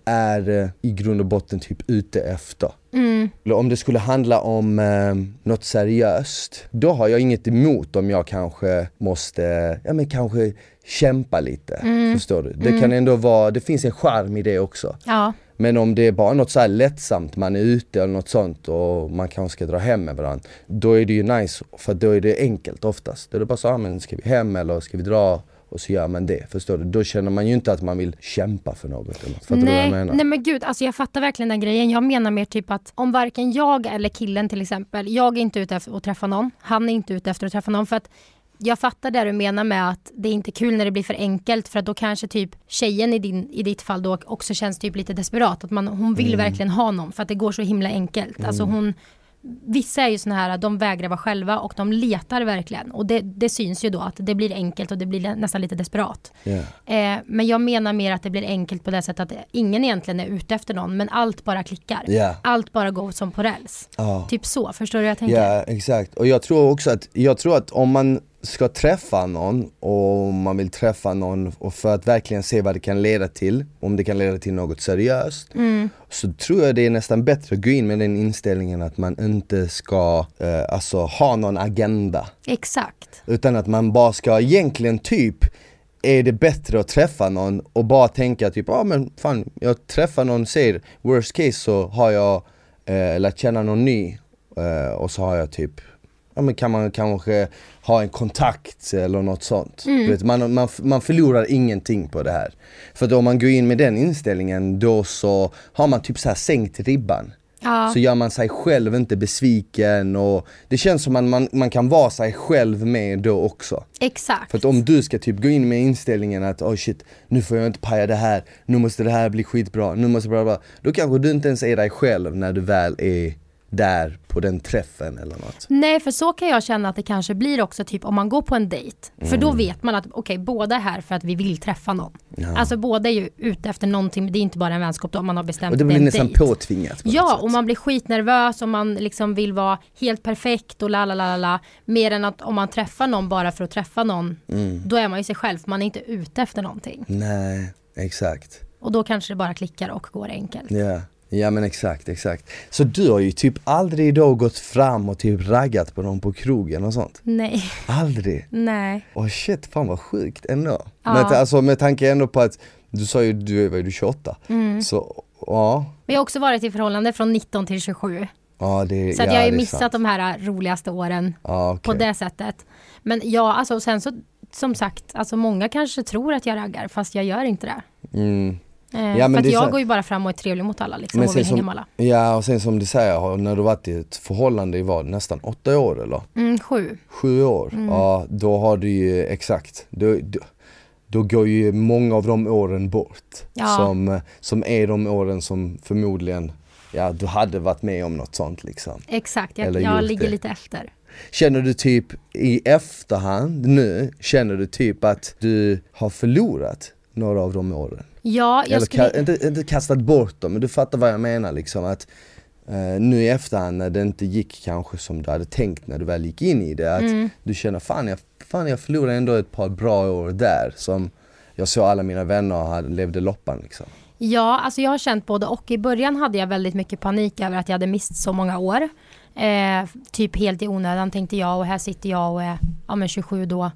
är eh, i grund och botten typ ute efter. Mm. Om det skulle handla om eh, något seriöst, då har jag inget emot om jag kanske måste, ja men kanske kämpa lite, mm. förstår du? Det mm. kan ändå vara, det finns en charm i det också. Ja. Men om det är bara något så här lättsamt, man är ute eller något sånt och man kanske ska dra hem med varandra, då är det ju nice, för då är det enkelt oftast. Då är det bara så, ah, men ska vi hem eller ska vi dra? Och så gör man det, förstår du? Då känner man ju inte att man vill kämpa för något. Eller något. Fattar nej, du vad jag menar? Nej men gud, alltså jag fattar verkligen den grejen. Jag menar mer typ att om varken jag eller killen till exempel, jag är inte ute efter att träffa någon, han är inte ute efter att träffa någon, för att jag fattar det du menar med att det är inte kul när det blir för enkelt, för att då kanske typ tjejen i, din, i ditt fall då också känns typ lite desperat, att man, hon vill mm. verkligen ha någon för att det går så himla enkelt. Mm. Alltså hon, vissa är ju såna här, de vägrar vara själva och de letar verkligen, och det, det syns ju då att det blir enkelt och det blir nästan lite desperat. Yeah. Eh, men jag menar mer att det blir enkelt på det sättet att ingen egentligen är ute efter någon, men allt bara klickar. Yeah. Allt bara går som på räls. Oh. Typ så, förstår du vad jag tänker? Ja, yeah, exakt. Och jag tror också att, jag tror att om man ska träffa någon och man vill träffa någon och för att verkligen se vad det kan leda till, om det kan leda till något seriöst, mm. så tror jag det är nästan bättre att gå in med den inställningen att man inte ska eh, alltså ha någon agenda. Exakt. Utan att man bara ska egentligen typ, är det bättre att träffa någon och bara tänka typ, ja ah, men fan, jag träffar någon, säger worst case så har jag eh, lärt känna någon ny eh, och så har jag typ, ja men kan man kanske ha en kontakt eller något sånt. Mm. Vet, man, man, man förlorar ingenting på det här. För då om man går in med den inställningen, då så har man typ så här sänkt ribban. Ja. Så gör man sig själv inte besviken, och det känns som att man, man kan vara sig själv med då också. Exakt. För att om du ska typ gå in med inställningen att oh shit, nu får jag inte paja det här, nu måste det här bli skitbra, nu måste bra bra. Då kanske du inte ens är dig själv när du väl är där på den träffen eller något. Nej, för så kan jag känna att det kanske blir också typ om man går på en dejt. Mm. För då vet man att okej, okay, båda är här för att vi vill träffa någon. Ja. Alltså båda är ju ute efter någonting, det är inte bara en vänskap då, om man har bestämt och det blir nästan dejt. Påtvingat. På ja, och man blir skitnervös och man liksom vill vara helt perfekt och la la la la. Mer än att om man träffar någon bara för att träffa någon, mm. då är man ju sig själv, man är inte ute efter någonting. Nej, exakt. Och då kanske det bara klickar och går enkelt. Ja. Yeah. Ja men exakt, exakt. Så du har ju typ aldrig då gått fram och typ raggat på dem på krogen och sånt? Nej. Aldrig? Nej. Åh oh shit, fan vad sjukt ändå. Ja. Men alltså med tanke ändå på att du sa ju, du var ju tjugoåtta. Mm. Så, ja. Men jag har också varit i förhållande från nitton till tjugosju. Ja, det, så att ja, jag har ju det missat de här roligaste åren ja, okay. på det sättet. Men ja, alltså sen så, som sagt, alltså många kanske tror att jag raggar, fast jag gör inte det. Mm. Eh, ja, men för att jag så... går ju bara fram och är trevlig mot alla liksom, och vill hänga med alla. Ja, och sen som du säger, när du varit i ett förhållande i vad, nästan åtta år eller? Mm, sju. Sju år, mm. Ja, då har du ju, exakt, då, då, då går ju många av de åren bort. Ja. Som, som är de åren som förmodligen, ja, du hade varit med om något sånt liksom. Exakt, jag, jag ligger det. lite efter. Känner du typ i efterhand nu, känner du typ att du har förlorat några av de åren? Ja, jag Eller skulle... ka- inte, inte kastat bort dem, men du fattar vad jag menar liksom, att eh, nu i efterhand när det inte gick kanske som du hade tänkt när du väl gick in i det, att mm. du känner fan jag, fan jag förlorade ändå ett par bra år där som jag såg alla mina vänner hade, levde loppan liksom. Ja, alltså jag har känt både och. I början hade jag väldigt mycket panik över att jag hade mist så många år. Eh, typ helt i onödan tänkte jag, och här sitter jag och är ja, men tjugosju då.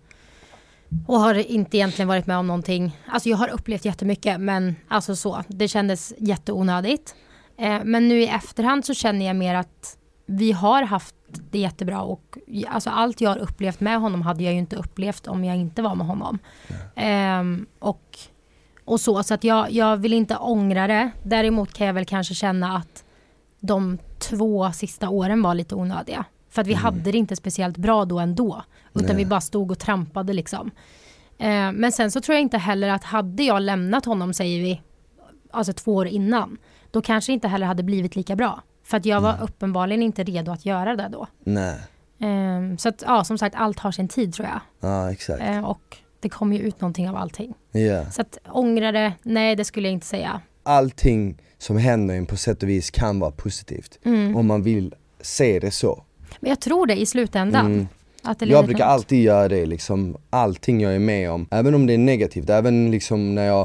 Och har inte egentligen varit med om någonting. Alltså jag har upplevt jättemycket, men alltså så. Det kändes jätteonödigt. Eh, men nu i efterhand så känner jag mer att vi har haft det jättebra. Och alltså allt jag har upplevt med honom hade jag ju inte upplevt om jag inte var med honom. Eh, och, och så. Så att jag, jag vill inte ångra det. Däremot kan jag väl kanske känna att de två sista åren var lite onödiga. För att vi mm. hade det inte speciellt bra då ändå. Utan Nej. vi bara stod och trampade liksom. Eh, men sen så tror jag inte heller att hade jag lämnat honom, säger vi, alltså två år innan, då kanske inte heller hade blivit lika bra. För att jag var mm. uppenbarligen inte redo att göra det då. Nej. Eh, så att ja, som sagt, allt har sin tid tror jag. Ja, exakt. Eh, och det kommer ju ut någonting av allting. Yeah. Så att ångra det, nej det skulle jag inte säga. Allting som händer på sätt och vis kan vara positivt. Mm. Om man vill se det så. Men jag tror det i slutändan. Mm. Att det jag brukar alltid göra det liksom, allting jag är med om, även om det är negativt, även liksom när jag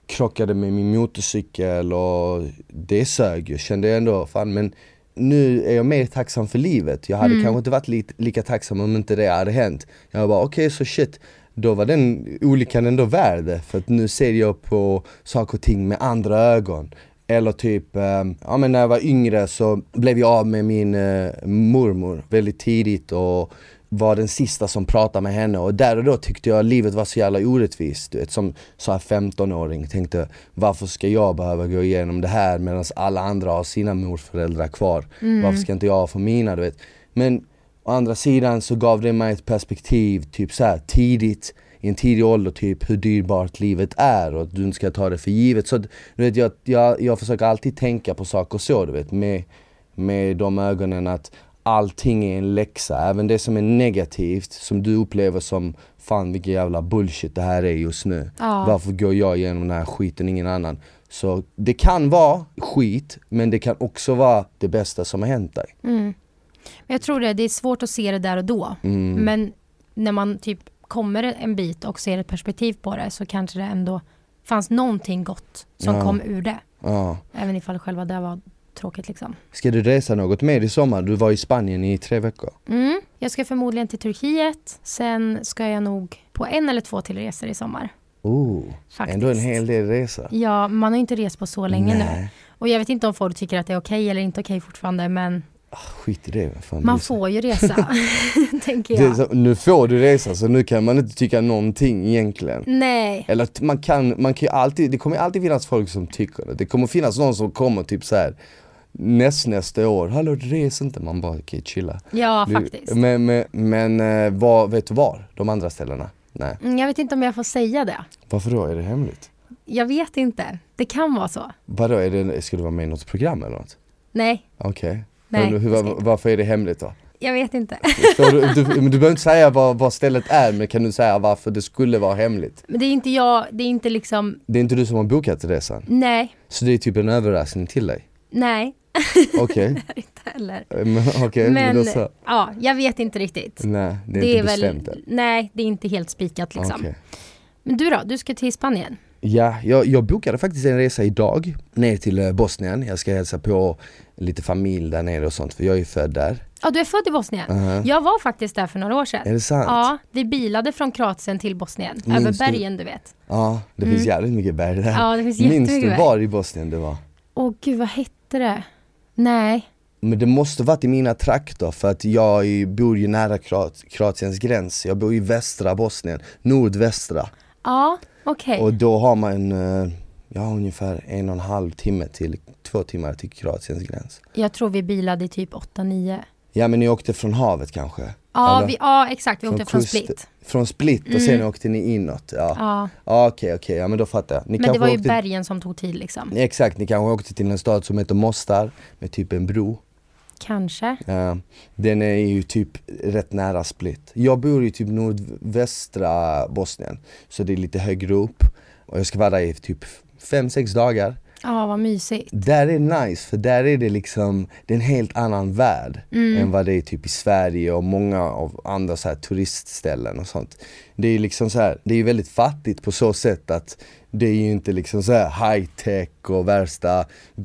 krockade med min motorcykel och det sög. Jag kände ändå, fan men nu är jag mer tacksam för livet. Jag hade mm. kanske inte varit li- lika tacksam om inte det hade hänt. Jag var bara okej, okay, så shit. Då var den olyckan ändå värd. För att nu ser jag på saker och ting med andra ögon. Eller typ, eh, ja men när jag var yngre så blev jag av med min eh, mormor väldigt tidigt och var den sista som pratade med henne. Och där och då tyckte jag att livet var så jävla orättvist. Du vet, som så här femtonåring tänkte, varför ska jag behöva gå igenom det här medan alla andra har sina morföräldrar kvar? Mm. Varför ska inte jag få mina, du vet? Men å andra sidan så gav det mig ett perspektiv typ så här tidigt, i en tidig ålder, typ hur dyrbart livet är och att du inte ska ta det för givet. Så du vet, jag, jag, jag försöker alltid tänka på saker så, du vet, med, med de ögonen att allting är en läxa, även det som är negativt, som du upplever som fan vilken jävla bullshit det här är just nu. Ja. Varför går jag igenom den här skiten, ingen annan? Så det kan vara skit, men det kan också vara det bästa som har hänt dig. Mm. Men jag tror det, det är svårt att se det där och då. Mm. Men när man typ kommer en bit och ser ett perspektiv på det så kanske det ändå fanns någonting gott som ja. kom ur det. Ja. Även ifall själva det var tråkigt liksom. Ska du resa något mer i sommar? Du var i Spanien i tre veckor. Mm. Jag ska förmodligen till Turkiet. Sen ska jag nog på en eller två till resor i sommar. Oh, faktiskt. Ändå en hel del resa. Ja, man har ju inte rest på så länge Nej. nu. Och jag vet inte om folk tycker att det är okej eller inte okej fortfarande, men skit i det. Fan, man får ju resa, tänker jag. Så, nu får du resa, så nu kan man inte tycka någonting egentligen. Nej. Eller man kan, man kan ju alltid, det kommer alltid finnas folk som tycker det. Det kommer finnas någon som kommer typ så här näst, nästa år. Hallå, res inte. Man bara, okej, okay, chilla. Ja, du, faktiskt. Men, men, men var, vet du var? De andra ställena? Nej. Jag vet inte om jag får säga det. Varför då? Är det hemligt? Jag vet inte. Det kan vara så. Vadå? Är det, ska du vara med i något program eller något? Nej. Okej. Okay. Nej, hur, var, varför är det hemligt då? Jag vet inte. du, du, du behöver inte säga vad, vad stället är, men kan du säga varför det skulle vara hemligt? Men det är inte jag, det är inte liksom... Det är inte du som har bokat resan? Nej. Så det är typ en överraskning till dig? Nej. Okej. Okay. inte heller. Okej, okay, men, men så... ja, jag vet inte riktigt. Nej, det är det inte är bestämt. Väl, nej, det är inte helt spikat liksom. Okay. Men du då, du ska till Spanien? Ja, jag, jag bokade faktiskt en resa idag ner till Bosnien. Jag ska hälsa på lite familj där nere och sånt, för jag är född där. Ja, du är född i Bosnien? Uh-huh. Jag var faktiskt där för några år sedan. Är det sant? Ja, vi bilade från Kroatien till Bosnien. Minns över bergen, du, du vet. Ja, det mm. finns jävligt mycket berg där. Ja, det finns jättemycket Minns du berg. var i Bosnien det var? Åh gud, vad hette det? Nej. Men det måste varit i mina trakter, för att jag bor ju nära Kroat- Kroatiens gräns. Jag bor i västra Bosnien, nordvästra. Ja, okej. Okay. Och då har man ja, ungefär en och en halv timme till två timmar till Kroatiens gräns. Jag tror vi bilade i typ åtta nio. Ja, men ni åkte från havet kanske? Ja, vi, ja exakt, vi från åkte från kust, Split. Från Split och mm. sen åkte ni inåt. Ja, ja. ja okej, okej, ja men då fattar jag. Ni men det var ju åkte... bergen som tog tid liksom. Exakt, ni kanske åkte till en stad som heter Mostar med typ en bro. Kanske. Ja, den är ju typ rätt nära Split. Jag bor i typ nordvästra Bosnien, så det är lite högre upp. Och jag ska vara där i typ fem, sex dagar. Ja, vad mysigt. Där är nice, för där är det liksom, det är en helt annan värld mm. än vad det är typ i Sverige och många av andra så här turistställen och sånt. Det är liksom så här, det är väldigt fattigt på så sätt att det är ju inte liksom så här high tech och värsta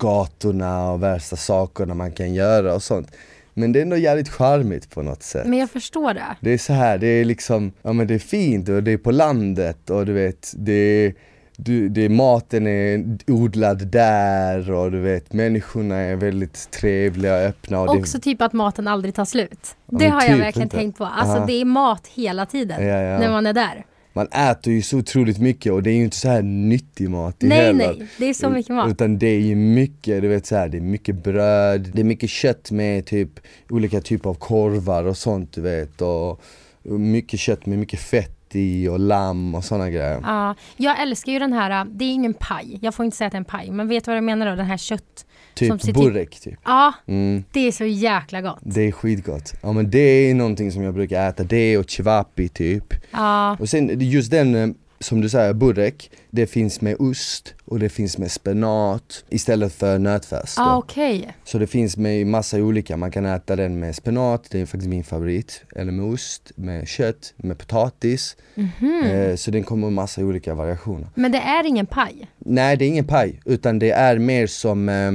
gatorna och värsta sakerna man kan göra och sånt. Men det är ändå jävligt charmigt på något sätt. Men jag förstår det. Det är så här, det är liksom, ja men det är fint och det är på landet och du vet, det är, du, det är maten är odlad där och du vet, människorna är väldigt trevliga och öppna. Och också det... typ att maten aldrig tar slut. Ja, det har typ jag verkligen inte. tänkt på. Alltså Aha. det är mat hela tiden ja, ja. när man är där. Man äter ju så otroligt mycket och det är ju inte så här nyttig mat. Nej, heller. nej, det är så mycket mat. Utan det är ju mycket, du vet så här, det är mycket bröd, det är mycket kött med typ olika typer av korvar och sånt, du vet. Och mycket kött med mycket fett i och lamm och såna grejer. Ja, jag älskar ju den här, det är ingen paj, jag får inte säga att det är en paj, men vet du vad jag menar då? Den här kött. Typ burek typ. Ja, mm. det är så jäkla gott. Det är skitgott. Ja men det är någonting som jag brukar äta, det och cevapi typ. Ja. Och sen just den som du säger, burek, det finns med ost och det finns med spenat istället för nötfärs. Ah, okej. Okay. Så det finns med massa olika, man kan äta den med spenat, det är faktiskt min favorit, eller med ost, med kött, med potatis. Mm-hmm. Eh, så den kommer med massa olika variationer. Men det är ingen paj? Nej, det är ingen paj, utan det är mer som eh,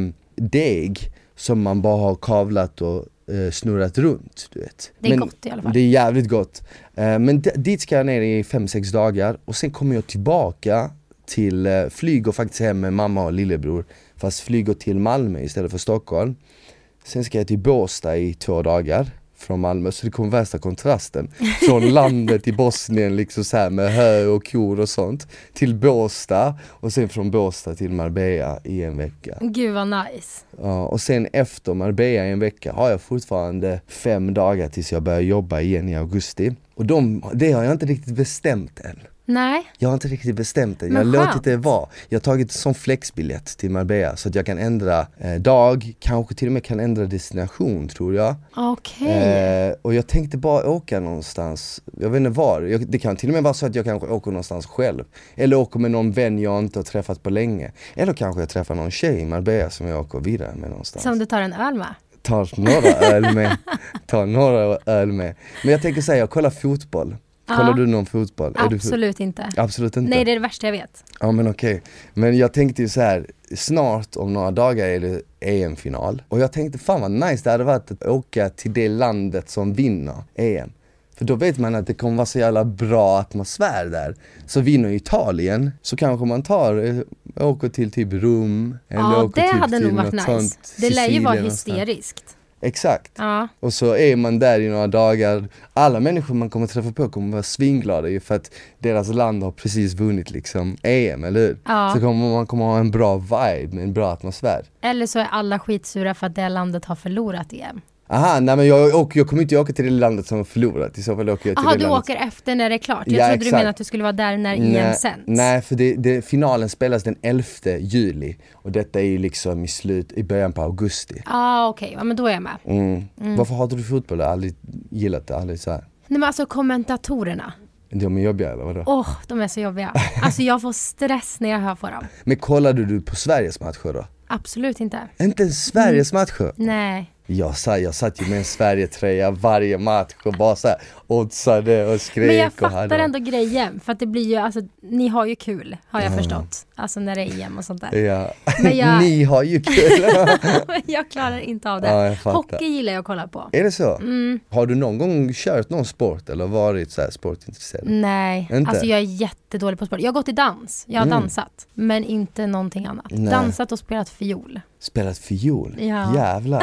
deg som man bara har kavlat och eh, snurrat runt, du vet. Det är men gott i alla fall. Det är jävligt gott. Eh, men d- dit ska jag ner i fem sex dagar och sen kommer jag tillbaka till, eh, flyger faktiskt hem med mamma och lillebror, fast flyger till Malmö istället för Stockholm. Sen ska jag till Båstad i två dagar från Malmö, så det kommer värsta kontrasten från landet i Bosnien liksom så här med hö och kor och sånt till Båstad och sen från Båstad till Marbella i en vecka. Gud vad nice. Ja, och sen efter Marbella i en vecka har jag fortfarande fem dagar tills jag börjar jobba igen i augusti. Och de, det har jag inte riktigt bestämt än. Nej. Jag har inte riktigt bestämt det. Jag Men har skönt. låtit det vara. Jag har tagit som flexbiljett till Marbella så att jag kan ändra eh, dag, kanske till och med kan ändra destination, tror jag. Okej. Eh, och jag tänkte bara åka någonstans. Jag vet inte var. Jag, det kan till och med vara så att jag kanske åker någonstans själv. Eller åker med någon vän jag inte har träffat på länge. Eller kanske jag träffar någon tjej i Marbella som jag åker vidare med någonstans. Som du tar en öl med? Tar några öl med. Tar några öl med. Men jag tänker säga, jag kollar fotboll. Kollar Ja. du någon fotboll? Absolut du... inte. Absolut inte. Nej, det är det värsta jag vet. Ja, men okej. Okay. Men jag tänkte ju så här, snart om några dagar är det E M-final. Och jag tänkte, fan vad nice det hade varit att åka till det landet som vinner E M. För då vet man att det kommer vara så jävla bra atmosfär där. Så vinner Italien, så kanske man tar, åker till typ Rom. Eller Ja, åker det typ hade till nog varit något nice. sånt, Det lär ju vara Sicilien och hysteriskt. Exakt. Ja. Och så är man där i några dagar. Alla människor man kommer träffa på kommer vara svinglada ju för att deras land har precis vunnit liksom E M, eller hur? Ja. Så kommer man kommer ha en bra vibe, en bra atmosfär. Eller så är alla skitsura för att det landet har förlorat E M. Aha, nej men jag, åker, jag kommer inte åka till det landet som har förlorat. I så fall åker jag till Aha, det du landet. åker efter när det är klart. Jag Ja, trodde exakt. du menade att du skulle vara där när E M sänds. Nej, för det, det, finalen spelas den elfte juli. Och detta är ju liksom i slut, i början på augusti. Ja, ah, okej. Okay. Ja, men då är jag med. Mm. Mm. Varför hatar du fotboll? Jag har aldrig gillat det, aldrig så här. Nej, men alltså kommentatorerna. De är jobbiga eller vadå? Åh, oh, de är så jobbiga. Alltså jag får stress när jag hör på dem. Men kollade du på Sveriges matcher då? Absolut inte. Inte en Sveriges mm. matcher? Nej. Jag, sa, jag satt ju med en Sverige-tröja varje match och bara så här oddsade och skrek. Men jag och fattar hade... ändå grejen. För att det blir ju, alltså, ni har ju kul, har jag mm. förstått. Alltså när det är E M och sånt där. Ja, men jag... ni har ju kul. Men jag klarar inte av det. Ja, hockey gillar jag att kolla på. Är det så? Mm. Har du någon gång kört någon sport eller varit så här sportintresserad? Nej, inte? Alltså jag är jättedålig på sport. Jag har gått i dans, jag har mm. dansat. Men inte någonting annat. Nej. Dansat och spelat fiol. Spelat fiol? Ja. Jävlar.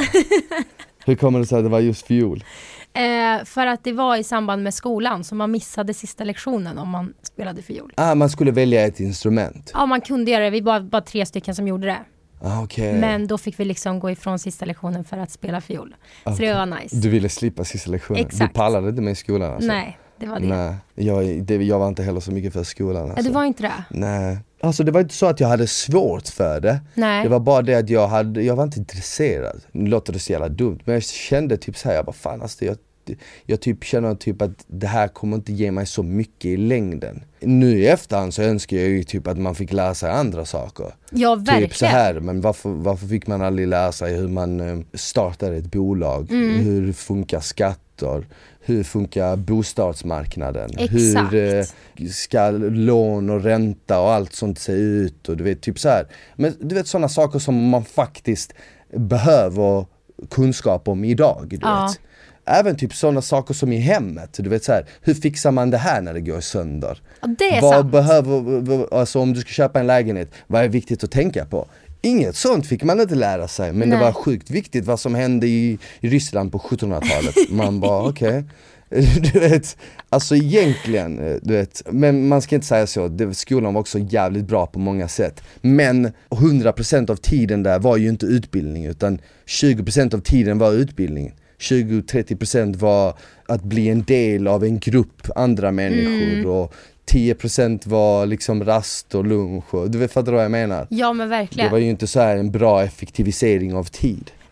Hur kommer det sig att det var just fiol? Eh, för att det var i samband med skolan, så man missade sista lektionen om man spelade fiol. Ah, man skulle välja ett instrument? Ja, man kunde göra det. Vi var bara tre stycken som gjorde det. Ah, okay. Men då fick vi liksom gå ifrån sista lektionen för att spela fiol. Okay. Så det var nice. Du ville slippa sista lektionen? Exakt. Du pallade inte med i skolan alltså? Nej, det var det. Nej, jag, det, jag var inte heller så mycket för skolan alltså. Ja, du var inte det? Nej. Alltså det var inte så att jag hade svårt för det. Nej. Det var bara det att jag hade, jag var inte intresserad. Nu låter det så jävla dumt, men jag kände typ så här, jag bara fan alltså, jag, jag typ känner typ att det här kommer inte ge mig så mycket i längden. Nu i efterhand så önskar jag ju typ att man fick lära sig andra saker. Ja, verkligen. Typ så här, men varför, varför fick man aldrig lära sig hur man startar ett bolag? Mm. Hur funkar skatter? Hur funkar bostadsmarknaden? Exakt. Hur eh, ska lån och ränta och allt sånt se ut? Och du vet, typ så här. Men du vet sådana saker som man faktiskt behöver kunskap om idag, du ja. vet. Även typ sådana saker som i hemmet. Du vet så här, hur fixar man det här när det går sönder? Ja, det är vad sant. behöver, alltså om du ska köpa en lägenhet, vad är viktigt att tänka på? Inget sånt fick man inte lära sig. Men Nej. det var sjukt viktigt vad som hände i, i Ryssland på sjuttonhundratalet. Man bara okej. Okay. Du vet, alltså egentligen, du vet, men man ska inte säga så. Det, skolan var också jävligt bra på många sätt. Men hundra procent av tiden där var ju inte utbildning, utan tjugo procent av tiden var utbildning. tjugo till trettio procent var att bli en del av en grupp andra människor mm. och tio procent var liksom rast och lunch och, du vet, fattar du vad jag menar? Ja, men verkligen. Det var ju inte så här en bra effektivisering av tid.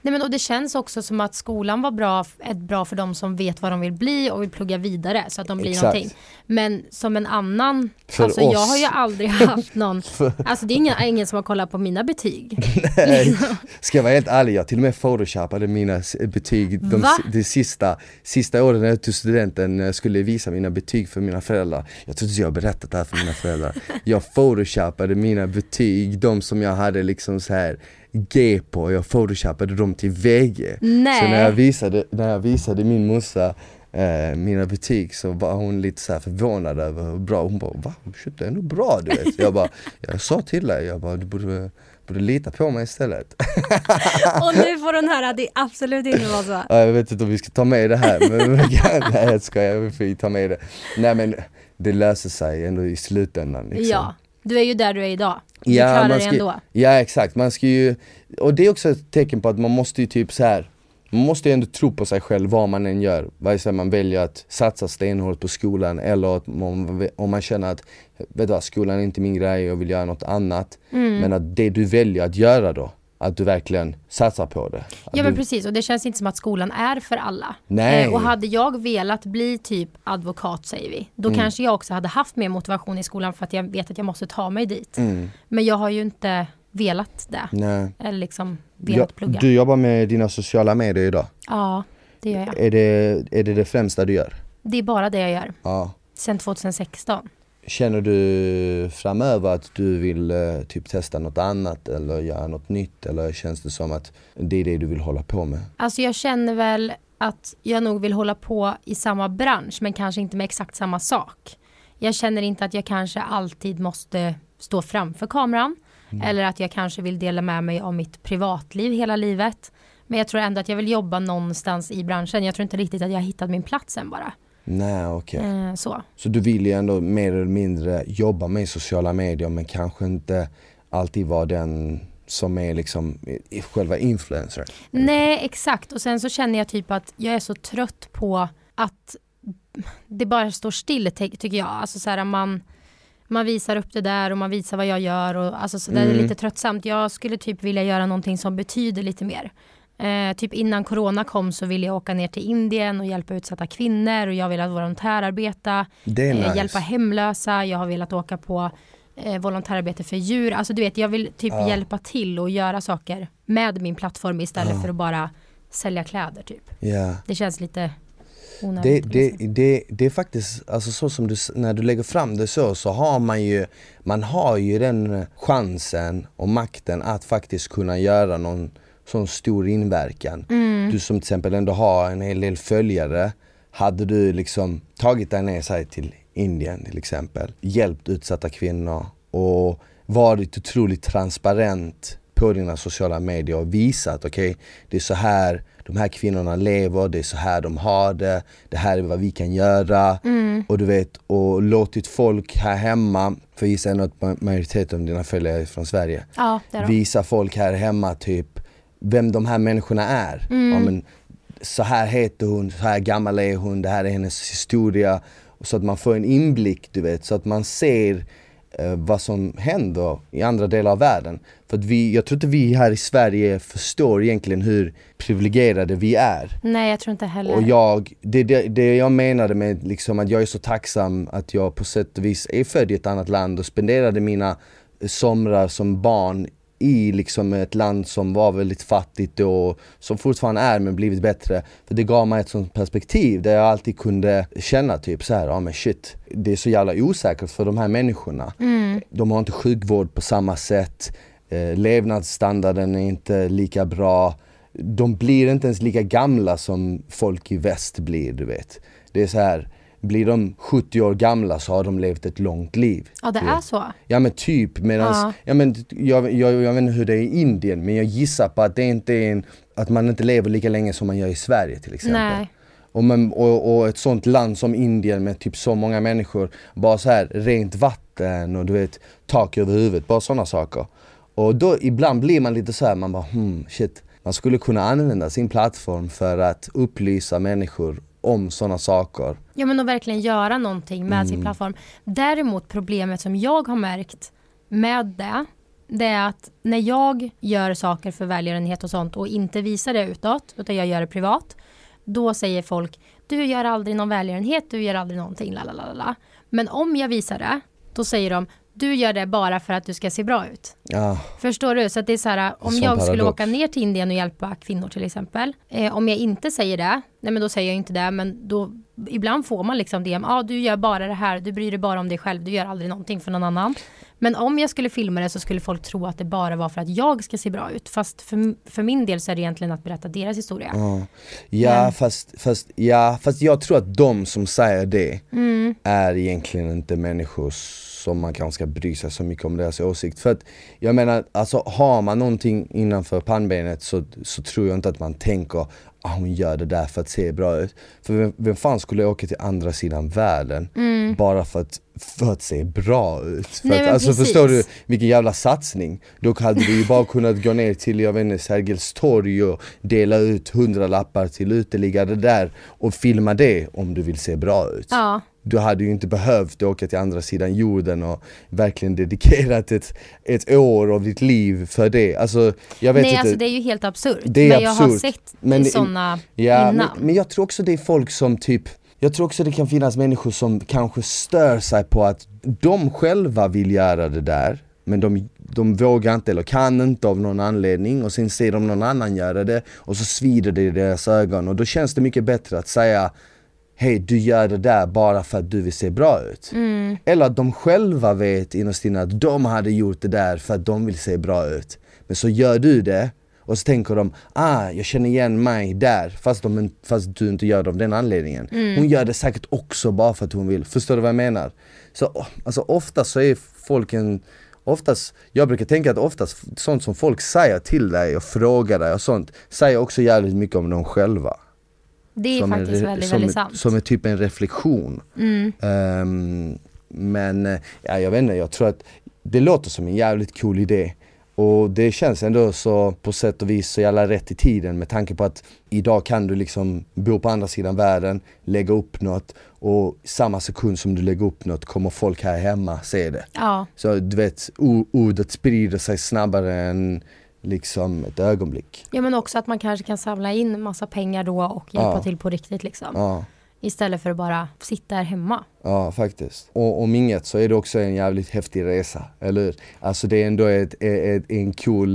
Nej, men och det känns också som att skolan var bra, är bra för de som vet vad de vill bli och vill plugga vidare så att de blir Exakt. någonting. Men som en annan, för alltså oss. jag har ju aldrig haft någon, för... alltså det är ingen, ingen som har kollat på mina betyg. Nej, ska jag vara helt ärlig, jag till och med photoshopade mina betyg de, de sista, sista åren när jag tog studenten, skulle visa mina betyg för mina föräldrar. Jag trodde jag berättat det här för mina föräldrar. Jag photoshopade mina betyg, de som jag hade liksom så här G på, jag photoshopade dem till V G. Nej. Så när jag visade, när jag visade min morsa eh, mina betyg så var hon lite så här förvånad över hur bra. Hon bara, va? Shit, det är ändå bra, du vet. Jag bara, jag sa till dig, jag bara, du borde, borde lita på mig istället. Och nu får hon höra att det absolut inte var så. Ja, jag vet inte om vi ska ta med det här, men nej, jag ska jag får ta med det. Nej, men det löser sig ändå i slutändan liksom. Ja, du är ju där du är idag. Du ja, klarar man det ska, ändå. Ja, exakt. Man ska ju, och det är också ett tecken på att man måste ju typ så här, man måste ju ändå tro på sig själv vad man än gör. Vare sig man väljer att satsa stenhårt på skolan eller att man, om man känner att vet du vad, skolan är inte min grej och vill göra något annat. Mm. Men att det du väljer att göra då, att du verkligen satsar på det. Att ja men du... precis, och det känns inte som att skolan är för alla. Nej. Eh, och hade jag velat bli typ advokat säger vi, då mm. kanske jag också hade haft mer motivation i skolan för att jag vet att jag måste ta mig dit. Mm. Men jag har ju inte velat det. Nej. Eller liksom velat ja, plugga. Du jobbar med dina sociala medier idag? Ja, det gör jag. Är det, är det det främsta du gör? Det är bara det jag gör. Ja. Sen tjugohundrasexton. Känner du framöver att du vill uh, typ testa något annat eller göra något nytt, eller känns det som att det är det du vill hålla på med? Alltså jag känner väl att jag nog vill hålla på i samma bransch men kanske inte med exakt samma sak. Jag känner inte att jag kanske alltid måste stå framför kameran mm. eller att jag kanske vill dela med mig av mitt privatliv hela livet. Men jag tror ändå att jag vill jobba någonstans i branschen. Jag tror inte riktigt att jag har hittat min plats än bara. Nej, okej. Okay. Eh, så. Så du vill ju ändå mer eller mindre jobba med sociala medier men kanske inte alltid vara den som är liksom själva influencer? Nej, exakt. Och sen så känner jag typ att jag är så trött på att det bara står still, tycker jag. Alltså så här, man, man visar upp det där och man visar vad jag gör. Och, alltså så där mm. är lite tröttsamt. Jag skulle typ vilja göra någonting som betyder lite mer. Eh, typ innan corona kom så ville jag åka ner till Indien och hjälpa utsatta kvinnor. Och jag vill att volontärarbeta, det är nice. eh, hjälpa hemlösa. Jag har velat åka på eh, volontärarbete för djur. Alltså du vet, jag vill typ ja. hjälpa till och göra saker med min plattform istället ja. för att bara sälja kläder typ. Ja. Det känns lite onödigt. Det, det, det, det är faktiskt, alltså så som du, när du lägger fram det så, så har man ju, man har ju den chansen och makten att faktiskt kunna göra någon sån stor inverkan. Mm. Du som till exempel ändå har en hel del följare, hade du liksom tagit dig ner sig till Indien till exempel, hjälpt utsatta kvinnor och varit otroligt transparent på dina sociala medier och visat okej, okay, det är så här de här kvinnorna lever, det är så här de har det, det här är vad vi kan göra mm. och du vet, och låtit folk här hemma, för gissa ändå att majoriteten av dina följare är från Sverige, ja, visa folk här hemma typ vem de här människorna är. Mm. Ja, men, så här heter hon, så här gammal är hon, det här är hennes historia. Och så att man får en inblick, du vet, så att man ser eh, vad som händer i andra delar av världen. För att vi, jag tror inte vi här i Sverige förstår egentligen hur privilegierade vi är. Nej, jag tror inte heller. Och jag, det, det, det jag menade med liksom att jag är så tacksam att jag på sätt och vis är född i ett annat land och spenderade mina somrar som barn i liksom ett land som var väldigt fattigt och som fortfarande är men blivit bättre. För det gav mig ett sånt perspektiv där jag alltid kunde känna typ så här, ja men shit, det är så jävla osäkert för de här människorna. Mm. De har inte sjukvård på samma sätt. Eh, levnadsstandarden är inte lika bra. De blir inte ens lika gamla som folk i väst blir, du vet. Det är så här, blir de sjuttio år gamla så har de levt ett långt liv. Ja, det är så. Ja, men typ. Medans, ja. Ja, men, jag, jag, jag vet inte hur det är i Indien, men jag gissar på att det inte är en, att man inte lever lika länge som man gör i Sverige till exempel. Nej. Och, man, och, och ett sånt land som Indien med typ så många människor, bara så här rent vatten och du vet, tak över huvudet, bara sådana saker. Och då ibland blir man lite så här, man bara hmm, shit. Man skulle kunna använda sin plattform för att upplysa människor om sådana saker. Ja, men att verkligen göra någonting med mm. sin plattform. Däremot problemet som jag har märkt med det, det är att när jag gör saker för välgörenhet och sånt och inte visar det utåt, utan jag gör det privat, då säger folk, du gör aldrig någon välgörenhet, du gör aldrig någonting, lalalala. Men om jag visar det, då säger de, du gör det bara för att du ska se bra ut. Ja. Förstår du? Så att det är så här, om Som jag paradox. skulle åka ner till Indien och hjälpa kvinnor till exempel. Eh, om jag inte säger det, nej men då säger jag inte det, men då ibland får man liksom det. Ja, ah, du gör bara det här, du bryr dig bara om dig själv, du gör aldrig någonting för någon annan. Men om jag skulle filma det så skulle folk tro att det bara var för att jag ska se bra ut. Fast för, för min del så är det egentligen att berätta deras historia. Ja, ja, Men. fast, fast, ja fast jag tror att de som säger det Mm. är egentligen inte människor som man kanske ska bry sig så mycket om deras åsikt. För att jag menar, alltså har man någonting innanför pannbenet så, så tror jag inte att man tänker ah, hon gör det där för att se bra ut. För vem, vem fan skulle åka till andra sidan världen Mm. bara för att, för att se bra ut? För Nej, att, men alltså precis. förstår du vilken jävla satsning? Då hade du ju bara kunnat gå ner till, jag vet inte, Sergels torg och dela ut hundra lappar till uteliggare där och filma det om du vill se bra ut. Ja. Du hade ju inte behövt åka till andra sidan jorden och verkligen dedikerat ett, ett år av ditt liv för det. Alltså, jag vet Nej, inte. alltså det är ju helt absurt. Det är men jag har absurt. sett Men det- sådana Ja, innan. men, men jag tror också det är folk som typ, jag tror också det kan finnas människor som kanske stör sig på att de själva vill göra det där, men de, de vågar inte eller kan inte av någon anledning, och sen ser de någon annan göra det och så svider det i deras ögon, och då känns det mycket bättre att säga hej, du gör det där bara för att du vill se bra ut. Mm. Eller att de själva vet innerst inne att de hade gjort det där för att de vill se bra ut. Men så gör du det och så tänker de, ah, jag känner igen mig där, fast, de, fast du inte gör det av den anledningen. Mm. Hon gör det säkert också bara för att hon vill. Förstår du vad jag menar? Så alltså, ofta så är folk en, oftast, jag brukar tänka att oftast sånt som folk säger till dig och frågar dig och sånt, säger också jävligt mycket om dem själva. Det är Som faktiskt en, väldigt, som, väldigt sant. som är typ en reflektion. Mm. Um, men eh, ja, jag vet inte, jag tror att det låter som en jävligt cool idé. Och det känns ändå så på sätt och vis så jävla rätt i tiden, med tanke på att idag kan du liksom bo på andra sidan världen, lägga upp något, och samma sekund som du lägger upp något kommer folk här hemma se det. Ja. Så du vet, o- ordet sprider sig snabbare än liksom ett ögonblick. ja, men också att man kanske kan samla in massa pengar då och hjälpa Ja. till på riktigt liksom. Ja. Istället för att bara sitta här hemma. Ja, faktiskt. Och om inget så är det också en jävligt häftig resa, eller hur? Alltså det är ändå ett, ett, en cool,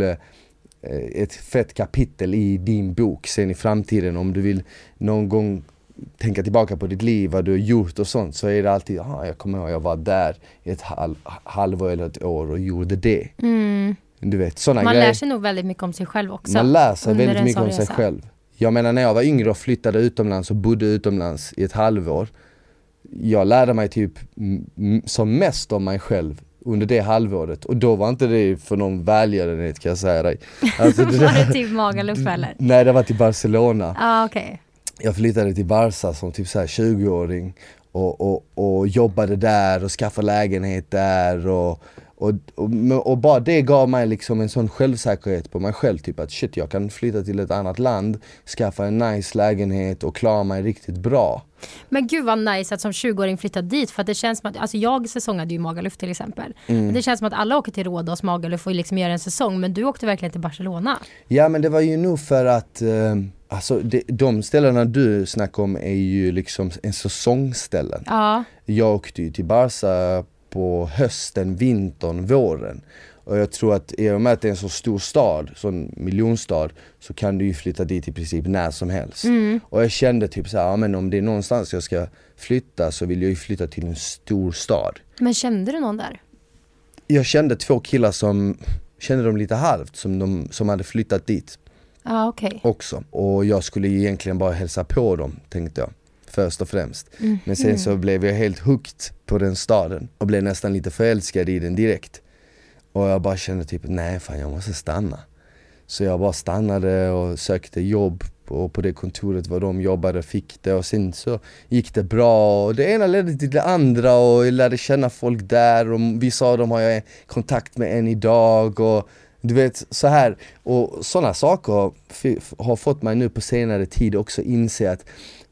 ett fett kapitel i din bok sen i framtiden. Om du vill någon gång tänka tillbaka på ditt liv, vad du har gjort och sånt, så är det alltid, ja, jag kommer ihåg, jag var där i ett halv, halvår eller ett år och gjorde det. Mm. Du vet, såna Man grejer. lär sig nog väldigt mycket om sig själv också. Man lär sig under väldigt en mycket sån om sig resa. själv. Jag menar, när jag var yngre och flyttade utomlands och bodde utomlands i ett halvår, jag lärde mig typ m- som mest om mig själv under det halvåret. Och då var inte det för någon välgörenhet, kan jag säga dig. Alltså, det Var det typ Magaluf eller? Nej, det var till Barcelona. Ja, ah, okej. Jag flyttade till Barca som typ så här tjugo-åring och, och, och jobbade där och skaffade lägenhet där och, och, och, och bara det gav mig liksom en sån självsäkerhet på mig själv, typ att shit, jag kan flytta till ett annat land, skaffa en nice lägenhet och klara mig riktigt bra. Men gud vad nice att som tjugo-åring flytta dit, för att det känns som att, alltså jag säsongade ju Magaluf till exempel. Mm. Det känns som att alla åker till Rhodos, Magaluf och liksom gör en säsong, men du åkte verkligen till Barcelona. Ja, men det var ju nog för att eh, alltså det, de ställena du snackar om är ju liksom en säsongställen. Ja. Jag åkte ju till Barca på hösten, vintern, våren. Och jag tror att i och med att det är en så stor stad, sån miljonstad, så kan du ju flytta dit i princip när som helst. Mm. Och jag kände typ så här, ja, men om det är någonstans jag ska flytta så vill jag ju flytta till en stor stad. Men kände du någon där? Jag kände två killar som kände dem lite halvt, som, de, som hade flyttat dit Ja, okej. också. Och jag skulle egentligen bara hälsa på dem, tänkte jag. Först och främst. Mm. Men sen så blev jag helt hooked på den staden och blev nästan lite förälskad i den direkt. Och jag bara kände typ, nej fan, jag måste stanna. Så jag bara stannade och sökte jobb, och på det kontoret var de jobbade, fick det, och sen så gick det bra, och det ena ledde till det andra, och jag lärde känna folk där, och vissa av dem har jag kontakt med än idag, och du vet, så här. Och sådana saker f- har fått mig nu på senare tid också inse att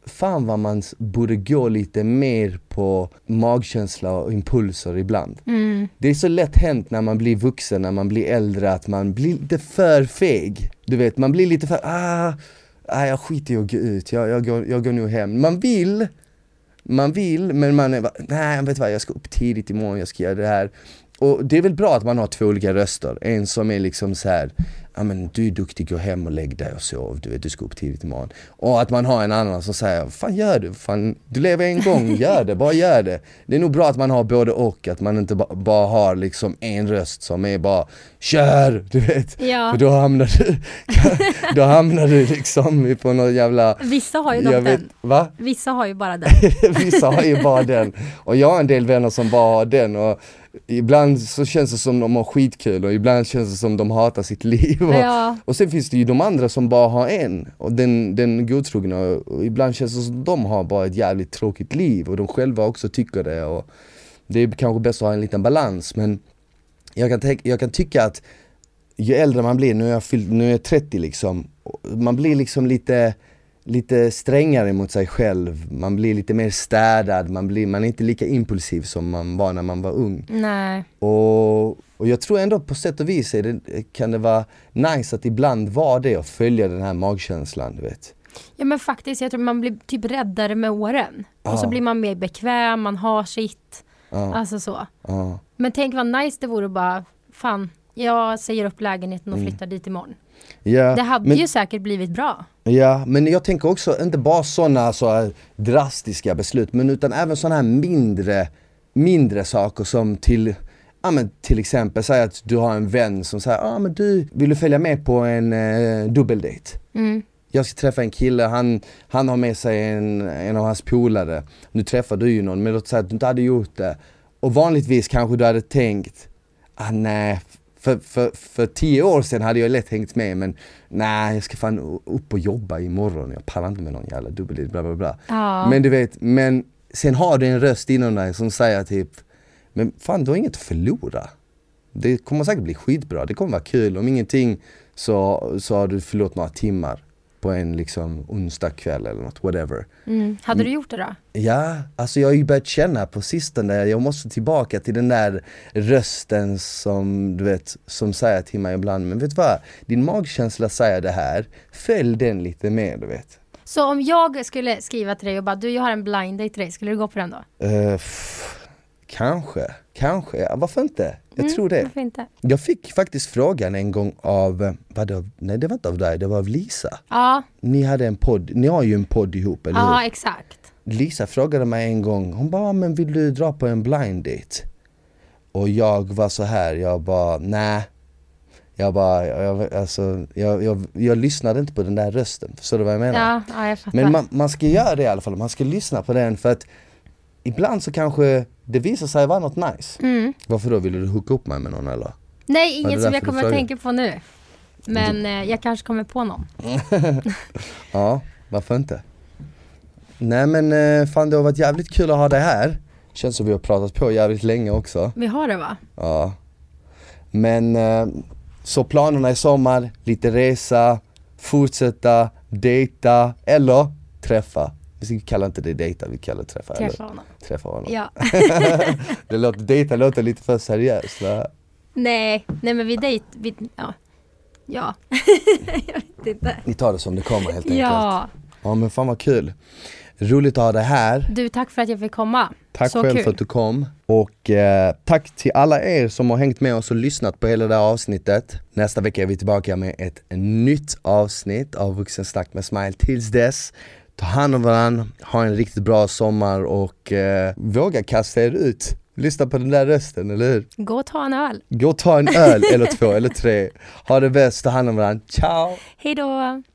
fan vad man borde gå lite mer på magkänsla och impulser ibland. Mm. Det är så lätt hänt när man blir vuxen, när man blir äldre, att man blir lite för feg. Du vet, man blir lite för, ah, ah jag skiter i att gå ut, jag, jag, går, jag går nu hem. Man vill, man vill, men man är bara, nej vet du vad, jag ska upp tidigt imorgon, jag ska göra det här. Och det är väl bra att man har två olika röster. En som är liksom så här, ja men du är duktig, gå hem och lägg dig och sov, du vet du ska upp tidigt imorgon. Och att man har en annan som säger, fan gör du, fan, du lever en gång, gör det, bara gör det. Det är nog bra att man har både och, att man inte ba- bara har liksom en röst som är bara, kör, du vet. Ja. För då hamnar du, då hamnar du liksom på någon jävla... Vissa har ju dock jag vet, den. Va? Vissa har ju bara den. Vissa har ju bara den. Och jag har en del vänner som bara har den, och ibland så känns det som de har skitkul och ibland känns det som de hatar sitt liv. Och, Ja. och sen finns det ju de andra som bara har en, och den, den godtrogna, och ibland känns det som de har bara ett jävligt tråkigt liv och de själva också tycker det, och det är kanske bäst att ha en liten balans. Men jag kan, tänka, jag kan tycka att ju äldre man blir, nu är jag, fyllt, nu är jag trettio liksom, man blir liksom lite lite strängare mot sig själv, man blir lite mer städad, man, blir, man är inte lika impulsiv som man var när man var ung. Nej. Och, och jag tror ändå på sätt och vis är det, kan det vara nice att ibland vara det och följa den här magkänslan, du vet. Ja men faktiskt, jag tror man blir typ räddare med åren. Ah. Och så blir man mer bekväm, man har sitt. Ah. Alltså så. Ah. Men tänk vad nice det vore bara, fan, jag säger upp lägenheten och flyttar mm. dit imorgon. Ja, det hade men, ju säkert blivit bra. Ja, men jag tänker också inte bara sådana så här drastiska beslut, men utan även sådana här mindre, mindre saker som till, ja, men till exempel säg att du har en vän som säger, ja ah, men du, vill du följa med på en eh, dubbeldate? Mm. Jag ska träffa en kille, han, han har med sig en, en av hans polare. Nu träffar du ju någon, men låt säga att du inte hade gjort det. Och vanligtvis kanske du hade tänkt, ah nej, För, för, för tio år sedan hade jag lätt hängt med, men nej, jag ska fan upp och jobba imorgon. Jag pallar inte med någon jävla dubbel, bla bla bla. Ja. Men du vet, men sen har du en röst inom dig som säger typ, men fan, du har inget att förlora. Det kommer säkert bli skitbra, det kommer vara kul. Om ingenting så, så har du förlorat några timmar på en liksom onsdag kväll eller något, whatever. Mm. Hade du gjort det då? Ja, alltså jag har ju börjat känna på sistone, jag måste tillbaka till den där rösten som du vet, som säger till mig ibland, men vet du vad, din magkänsla säger det här, följ den lite mer, du vet. Så om jag skulle skriva till dig och bara, du, jag har en blind date till dig, skulle du gå på den då? Uh, pff, kanske, kanske, ja, varför inte? Jag mm, tror det. Varför inte? Jag fick faktiskt frågan en gång av, vad det, nej det var inte av dig, det var av Lisa. Ja. Ni hade en podd, ni har ju en podd ihop, eller hur? Ja, exakt. Lisa frågade mig en gång, hon bara, men vill du dra på en blind date? Och jag var så här, jag bara, nej. Jag bara, jag, alltså, jag, jag, jag lyssnade inte på den där rösten, förstår du vad jag menar? Ja, ja jag fattar. Men man, man ska göra det i alla fall, man ska lyssna på den, för att ibland så kanske det visar sig vara något nice. Mm. Varför då, ville du hooka upp mig med någon eller? Nej, inget som jag kommer att frågar? tänka på nu. Men eh, jag kanske kommer på någon. Ja, varför inte? Nej men eh, fan, det har varit jävligt kul att ha dig här. Känns som vi har pratat på jävligt länge också. Vi har det va? Ja. Men eh, så planerna i sommar, lite resa, fortsätta, dejta eller träffa. Vi kallar inte det dejta, vi kallar det träffa. Träffa eller? honom. Träffa honom. Ja. Det låter, dejta låter lite för seriöst, va? Nej, nej men vi dejt, vi, ja. Ja, jag vet inte. Ni tar det som det kommer helt enkelt. Ja. Ja men fan vad kul. Roligt att ha det här. Du, tack för att jag fick komma. Tack Så själv kul. för att du kom. Och eh, tack till alla er som har hängt med oss och lyssnat på hela det här avsnittet. Nästa vecka är vi tillbaka med ett nytt avsnitt av Vuxensnack med Smile. Tills dess, ta hand om varandra, ha en riktigt bra sommar och eh, våga kasta er ut. Lyssna på den där rösten, eller hur? Gå och ta en öl. Gå och ta en öl eller två eller tre. Ha det bäst, ta hand om varandra. Ciao! Hej då!